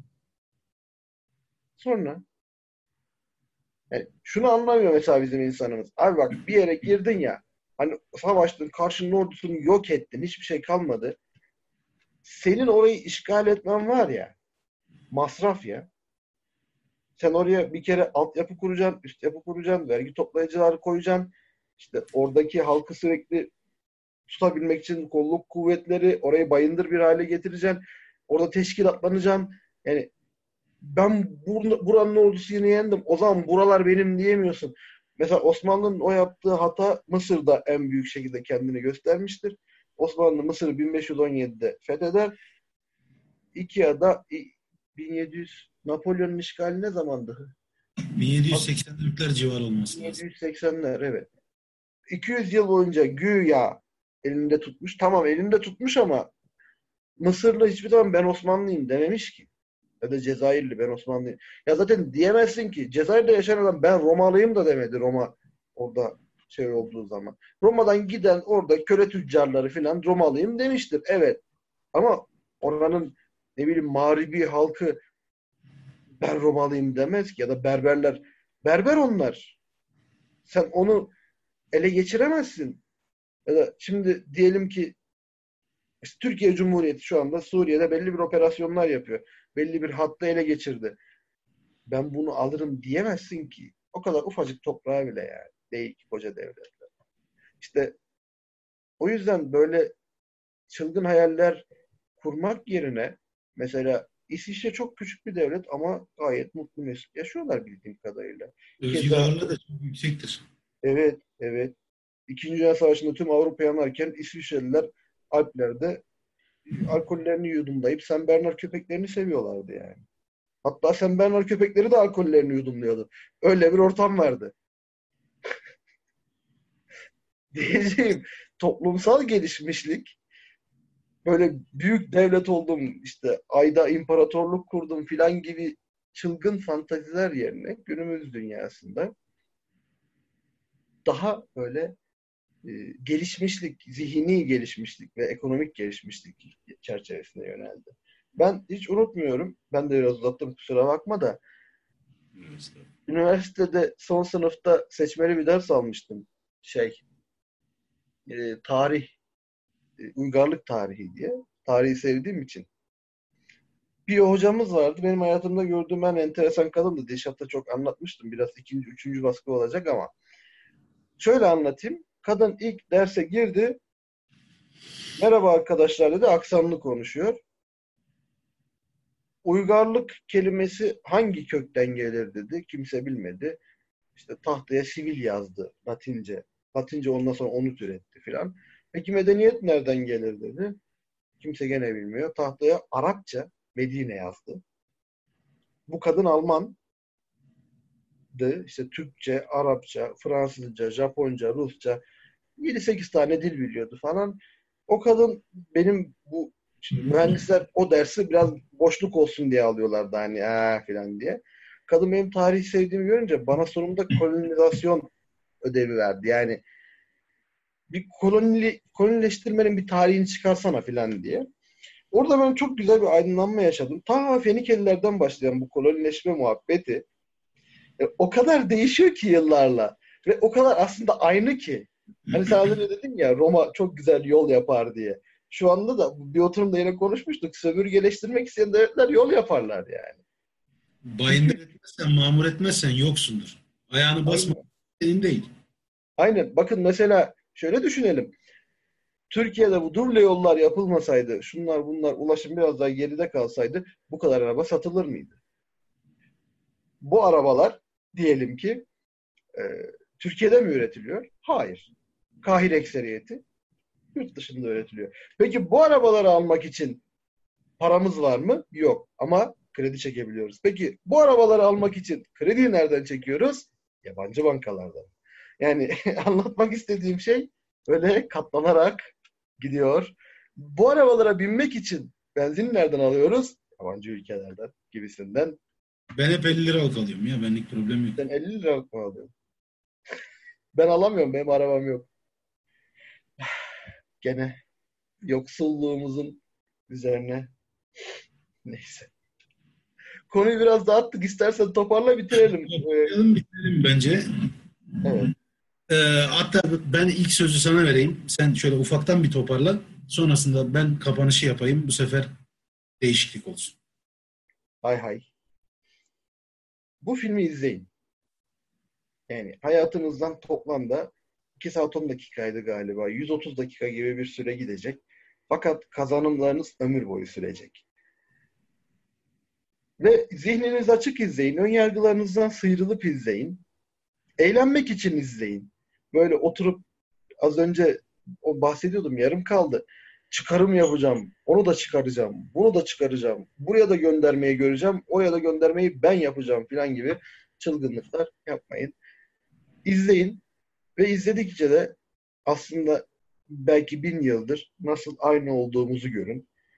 Sonra yani şunu anlamıyor mesela bizim insanımız. Abi bak, bir yere girdin ya, hani savaştın, karşının ordusunu yok ettin, hiçbir şey kalmadı. Senin orayı işgal etmen var ya, masraf ya. Sen oraya bir kere altyapı kuracaksın, üst yapı kuracaksın, vergi toplayıcıları koyacaksın. İşte oradaki halkı sürekli tutabilmek için kolluk kuvvetleri, orayı bayındır bir hale getireceksin. Orada teşkilatlanacaksın. Yani ben bur buranın ordusunu yendim, o zaman buralar benim diyemiyorsun. Mesela Osmanlı'nın o yaptığı hata Mısır'da en büyük şekilde kendini göstermiştir. Osmanlı Mısır'ı bin beş yüz on yedide fetheder. İkia'da bin yedi yüz, Napolyon'un işgali ne zamandı? bin yedi yüz seksen dörtler civarı olması lazım. bin yedi yüz seksenler, evet. iki yüz yıl boyunca güya elinde tutmuş. Tamam, elinde tutmuş ama Mısırlı hiçbir zaman ben Osmanlıyım dememiş ki. Ya da Cezayirli, ben Osmanlıyım. Ya zaten diyemezsin ki Cezayir'de yaşayan adam ben Romalıyım da demedi Roma orada şey olduğu zaman. Roma'dan giden orada köle tüccarları falan Romalıyım demiştir. Evet. Ama oranın ne bileyim mağribi halkı ben Romalıyım demez ki, ya da Berberler. Berber onlar. Sen onu ele geçiremezsin. Ya da şimdi diyelim ki işte Türkiye Cumhuriyeti şu anda Suriye'de belli bir operasyonlar yapıyor. Belli bir hattı ele geçirdi. Ben bunu alırım diyemezsin ki. O kadar ufacık toprağa bile yani. Değil ki koca devletler. İşte o yüzden böyle çılgın hayaller kurmak yerine mesela İsviçre çok küçük bir devlet ama gayet mutlu mesut yaşıyorlar bildiğim kadarıyla. Özgür Keza ağırlığı da çok yüksektir. evet evet İkinci Dünya Savaşı'nda tüm Avrupa yanarken İsviçreliler Alplerde alkollerini yudumlayıp Saint Bernard köpeklerini seviyorlardı yani. Hatta Saint Bernard köpekleri de alkollerini yudumluyordu. Öyle bir ortam vardı. Diyeceğim toplumsal gelişmişlik, böyle büyük devlet oldum işte ayda imparatorluk kurdum filan gibi çılgın fantaziler yerine günümüz dünyasında daha böyle e, gelişmişlik, zihni gelişmişlik ve ekonomik gelişmişlik çerçevesine yöneldi. Ben hiç unutmuyorum, ben de biraz uzattım kusura bakma da, üniversitede son sınıfta seçmeli bir ders almıştım. Şey, e, tarih, e, uygarlık tarihi diye. Tarihi sevdiğim için. Bir hocamız vardı. Benim hayatımda gördüğüm en enteresan kadındı. Dilşat'ta çok anlatmıştım. Biraz ikinci, üçüncü baskı olacak ama. Şöyle anlatayım. Kadın ilk derse girdi. Merhaba arkadaşlar dedi. Aksanlı konuşuyor. Uygarlık kelimesi hangi kökten gelir dedi. Kimse bilmedi. İşte tahtaya sivil yazdı Latince. Latince ondan sonra onu türetti filan. Peki medeniyet nereden gelir dedi. Kimse gene bilmiyor. Tahtaya Arapça Medine yazdı. Bu kadın Alman'dı. İşte Türkçe, Arapça, Fransızca, Japonca, Rusça yedi sekiz tane dil biliyordu falan. O kadın benim bu şimdi mühendisler o dersi biraz boşluk olsun diye alıyorlardı hani aa filan diye. Kadın benim tarihi sevdiğimi görünce bana sonunda kolonizasyon ödevi verdi. Yani bir koloni, kolonileştirmenin bir tarihini çıkarsana filan diye. Orada ben çok güzel bir aydınlanma yaşadım. Ta Fenikelilerden başlayan bu kolonileşme muhabbeti e, o kadar değişiyor ki yıllarla. Ve o kadar aslında aynı ki. Hani sen az önce dedin ya Roma çok güzel yol yapar diye. Şu anda da bir oturumda yine konuşmuştuk. Sömürgeleştirmek isteyen devletler yol yaparlar yani. Bayındır Çünkü etmezsen, mamur etmezsen yoksundur. Ayağını basma aynen. senin değil. Aynen. Bakın mesela şöyle düşünelim. Türkiye'de bu duble yollar yapılmasaydı, şunlar bunlar ulaşım biraz daha geride kalsaydı bu kadar araba satılır mıydı? Bu arabalar diyelim ki e, Türkiye'de mi üretiliyor? Hayır. Kahir ekseriyeti yurt dışında üretiliyor. Peki bu arabaları almak için paramız var mı? Yok. Ama kredi çekebiliyoruz. Peki bu arabaları almak için krediyi nereden çekiyoruz? Yabancı bankalardan. Yani anlatmak istediğim şey böyle katlanarak gidiyor. Bu arabalara binmek için benzin nereden alıyoruz? Yabancı ülkelerden gibisinden. Ben hep elli liralık alıyorum ya. Benlik problem yok. Sen elli liralık mı alıyorsun? Ben alamıyorum. Benim arabam yok. Gene yoksulluğumuzun üzerine. Neyse. Konuyu biraz dağıttık. İstersen toparla bitirelim. Ee, Bitirelim, bitirelim bence. evet. Ee, hatta ben ilk sözü sana vereyim. Sen şöyle ufaktan bir toparla. Sonrasında ben kapanışı yapayım. Bu sefer değişiklik olsun. Hay hay. Bu filmi izleyin. Yani hayatınızdan toplamda iki saat on dakikaydı galiba. yüz otuz dakika gibi bir süre gidecek. Fakat kazanımlarınız ömür boyu sürecek. Ve zihniniz açık izleyin. Önyargılarınızdan sıyrılıp izleyin. Eğlenmek için izleyin. Böyle oturup az önce o bahsediyordum yarım kaldı. Çıkarım yapacağım. Onu da çıkaracağım. Bunu da çıkaracağım. Buraya da göndermeyi göreceğim. Oraya da göndermeyi ben yapacağım falan gibi çılgınlıklar yapmayın. İzleyin ve izledikçe de aslında belki bin yıldır nasıl aynı olduğumuzu görün.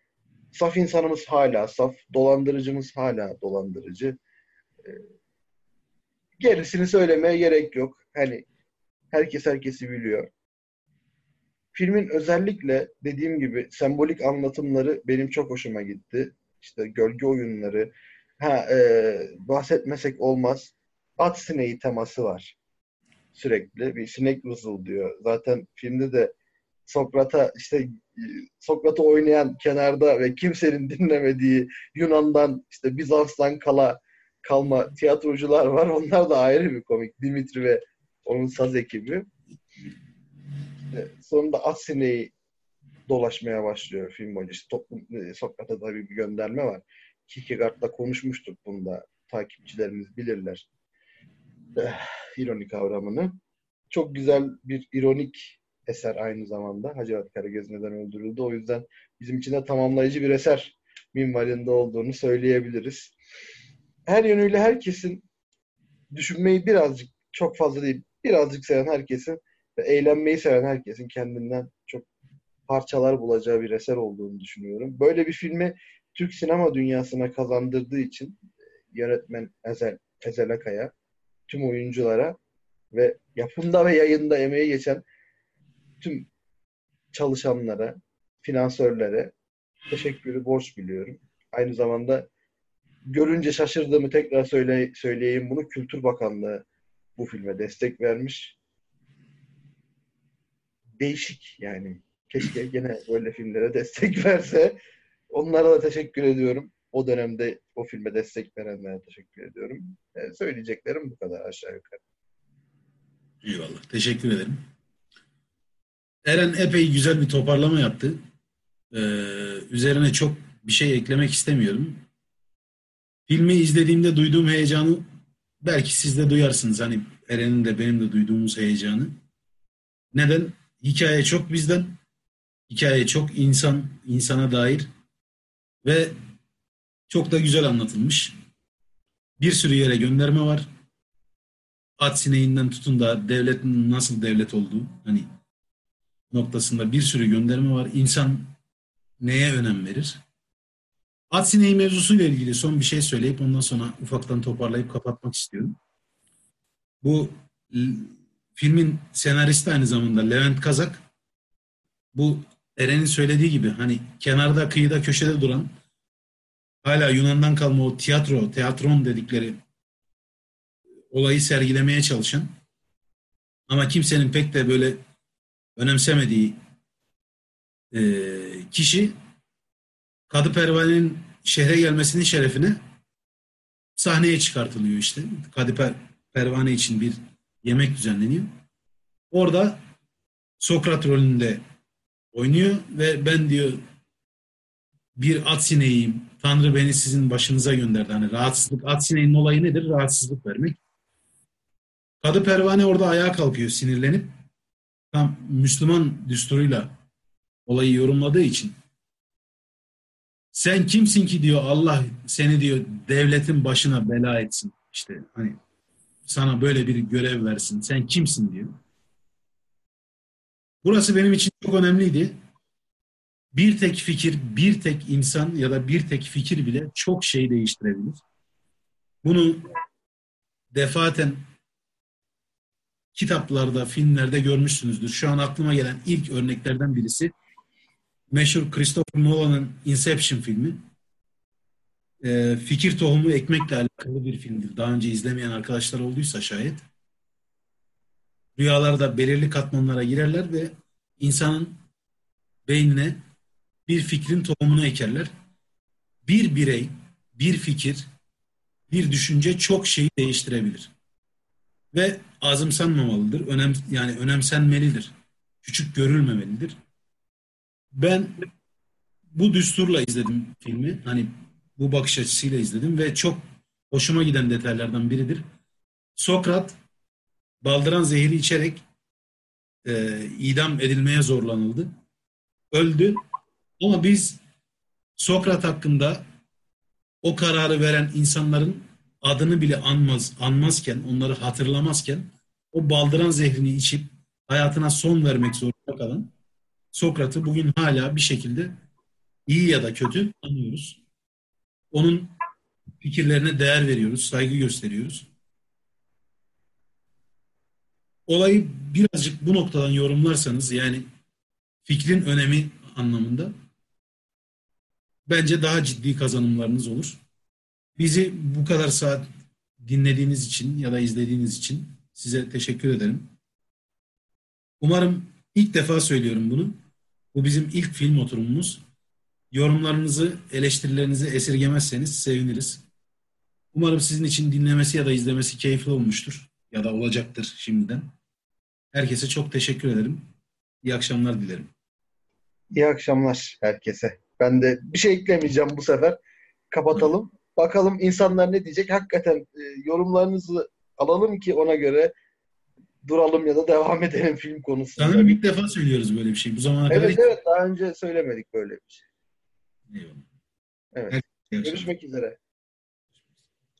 Saf insanımız hala saf, dolandırıcımız hala dolandırıcı. E, Gerisini söylemeye gerek yok. Hani herkes herkesi biliyor. Filmin özellikle dediğim gibi sembolik anlatımları benim çok hoşuma gitti. İşte gölge oyunları. Ha, e, bahsetmesek olmaz. At sineği teması var sürekli. Bir sinek vızıldıyor. Zaten filmde de Sokrat'a işte e, Sokrat'ı oynayan kenarda ve kimsenin dinlemediği Yunan'dan işte Bizans'tan kala kalma tiyatrocular var. Onlar da ayrı bir komik. Dimitri ve onun saz ekibi. İşte sonunda at sineği dolaşmaya başlıyor film boyunca. İşte toplum, e, Sokrat'a da bir gönderme var. Kierkegaard'la konuşmuştuk bunda. Takipçilerimiz bilirler. Eh, ironi kavramını. Çok güzel bir ironik eser aynı zamanda. Hacivat Karagöz neden öldürüldü. O yüzden bizim için de tamamlayıcı bir eser minvalinde olduğunu söyleyebiliriz. Her yönüyle herkesin düşünmeyi birazcık, çok fazla değil, birazcık seven herkesin ve eğlenmeyi seven herkesin kendinden çok parçalar bulacağı bir eser olduğunu düşünüyorum. Böyle bir filmi Türk sinema dünyasına kazandırdığı için yönetmen Ezel, Ezel Akay'a, tüm oyunculara ve yapımda ve yayında emeği geçen tüm çalışanlara, finansörlere teşekkürü borç biliyorum. Aynı zamanda görünce şaşırdığımı tekrar söyle, söyleyeyim bunu. Kültür Bakanlığı bu filme destek vermiş. Değişik yani. Keşke gene böyle filmlere destek verse. Onlara da teşekkür ediyorum. O dönemde o filme destek verenlere teşekkür ediyorum. Ee, söyleyeceklerim bu kadar aşağı yukarı. Eyvallah. Teşekkür ederim. Eren epey güzel bir toparlama yaptı. Ee, üzerine çok bir şey eklemek istemiyorum. Filmi izlediğimde duyduğum heyecanı belki siz de duyarsınız. Hani Eren'in de benim de duyduğumuz heyecanı. Neden? Hikaye çok bizden. Hikaye çok insan, insana dair ve çok da güzel anlatılmış. Bir sürü yere gönderme var. At sineğinden tutun da devletin nasıl devlet olduğu hani noktasında bir sürü gönderme var. İnsan neye önem verir? At sineği mevzusuyla ilgili son bir şey söyleyip ondan sonra ufaktan toparlayıp kapatmak istiyorum. Bu l- filmin senaristi aynı zamanda Levent Kazak. Bu Eren'in söylediği gibi hani kenarda kıyıda köşede duran hala Yunan'dan kalma o tiyatro, teatron dedikleri olayı sergilemeye çalışan ama kimsenin pek de böyle önemsemediği e, kişi Kadı Pervane'nin şehre gelmesinin şerefine sahneye çıkartılıyor işte. Kadı Per- Pervane için bir yemek düzenleniyor. Orada Sokrat rolünde oynuyor ve ben diyor bir at sineğiyim. Tanrı beni sizin başınıza gönderdi. Hani rahatsızlık, at sineğinin olayı nedir? Rahatsızlık vermek. Kadı Pervane orada ayağa kalkıyor sinirlenip tam Müslüman düsturuyla olayı yorumladığı için sen kimsin ki diyor Allah seni diyor devletin başına bela etsin. İşte hani sana böyle bir görev versin. Sen kimsin diyor. Burası benim için çok önemliydi. Bir tek fikir, bir tek insan ya da bir tek fikir bile çok şey değiştirebilir. Bunu defaten kitaplarda, filmlerde görmüşsünüzdür. Şu an aklıma gelen ilk örneklerden birisi meşhur Christopher Nolan'ın Inception filmi. Ee, fikir tohumu ekmekle alakalı bir filmdir. Daha önce izlemeyen arkadaşlar olduysa şayet. Rüyalarda belirli katmanlara girerler ve insanın beynine bir fikrin tohumunu ekerler. Bir birey, bir fikir, bir düşünce çok şeyi değiştirebilir. Ve azımsanmamalıdır. Önem, yani önemsenmelidir. Küçük görülmemelidir. Ben bu düsturla izledim filmi. Hani bu bakış açısıyla izledim ve çok hoşuma giden detaylardan biridir. Sokrat baldıran zehri içerek e, idam edilmeye zorlanıldı. Öldü. Ama biz Sokrat hakkında o kararı veren insanların adını bile anmaz, anmazken, onları hatırlamazken o baldıran zehrini içip hayatına son vermek zorunda kalan Sokrat'ı bugün hala bir şekilde İyi ya da kötü anlıyoruz. Onun fikirlerine değer veriyoruz, saygı gösteriyoruz. Olayı birazcık bu noktadan yorumlarsanız, yani fikrin önemi anlamında, bence daha ciddi kazanımlarınız olur. Bizi bu kadar saat dinlediğiniz için ya da izlediğiniz için size teşekkür ederim. Umarım, ilk defa söylüyorum bunu, bu bizim ilk film oturumumuz. Yorumlarınızı, eleştirilerinizi esirgemezseniz seviniriz. Umarım sizin için dinlemesi ya da izlemesi keyifli olmuştur ya da olacaktır şimdiden. Herkese çok teşekkür ederim. İyi akşamlar dilerim. İyi akşamlar herkese. Ben de bir şey eklemeyeceğim bu sefer. Kapatalım. Bakalım insanlar ne diyecek? Hakikaten e, yorumlarınızı alalım ki ona göre duralım ya da devam edelim film konusunda. Sanırım ilk defa söylüyoruz böyle bir şey. Bu zamana kadar Evet hiç... evet daha önce söylemedik böyle bir şey. Eyvallah. Evet. Herkese iyi akşamlar. Görüşmek üzere.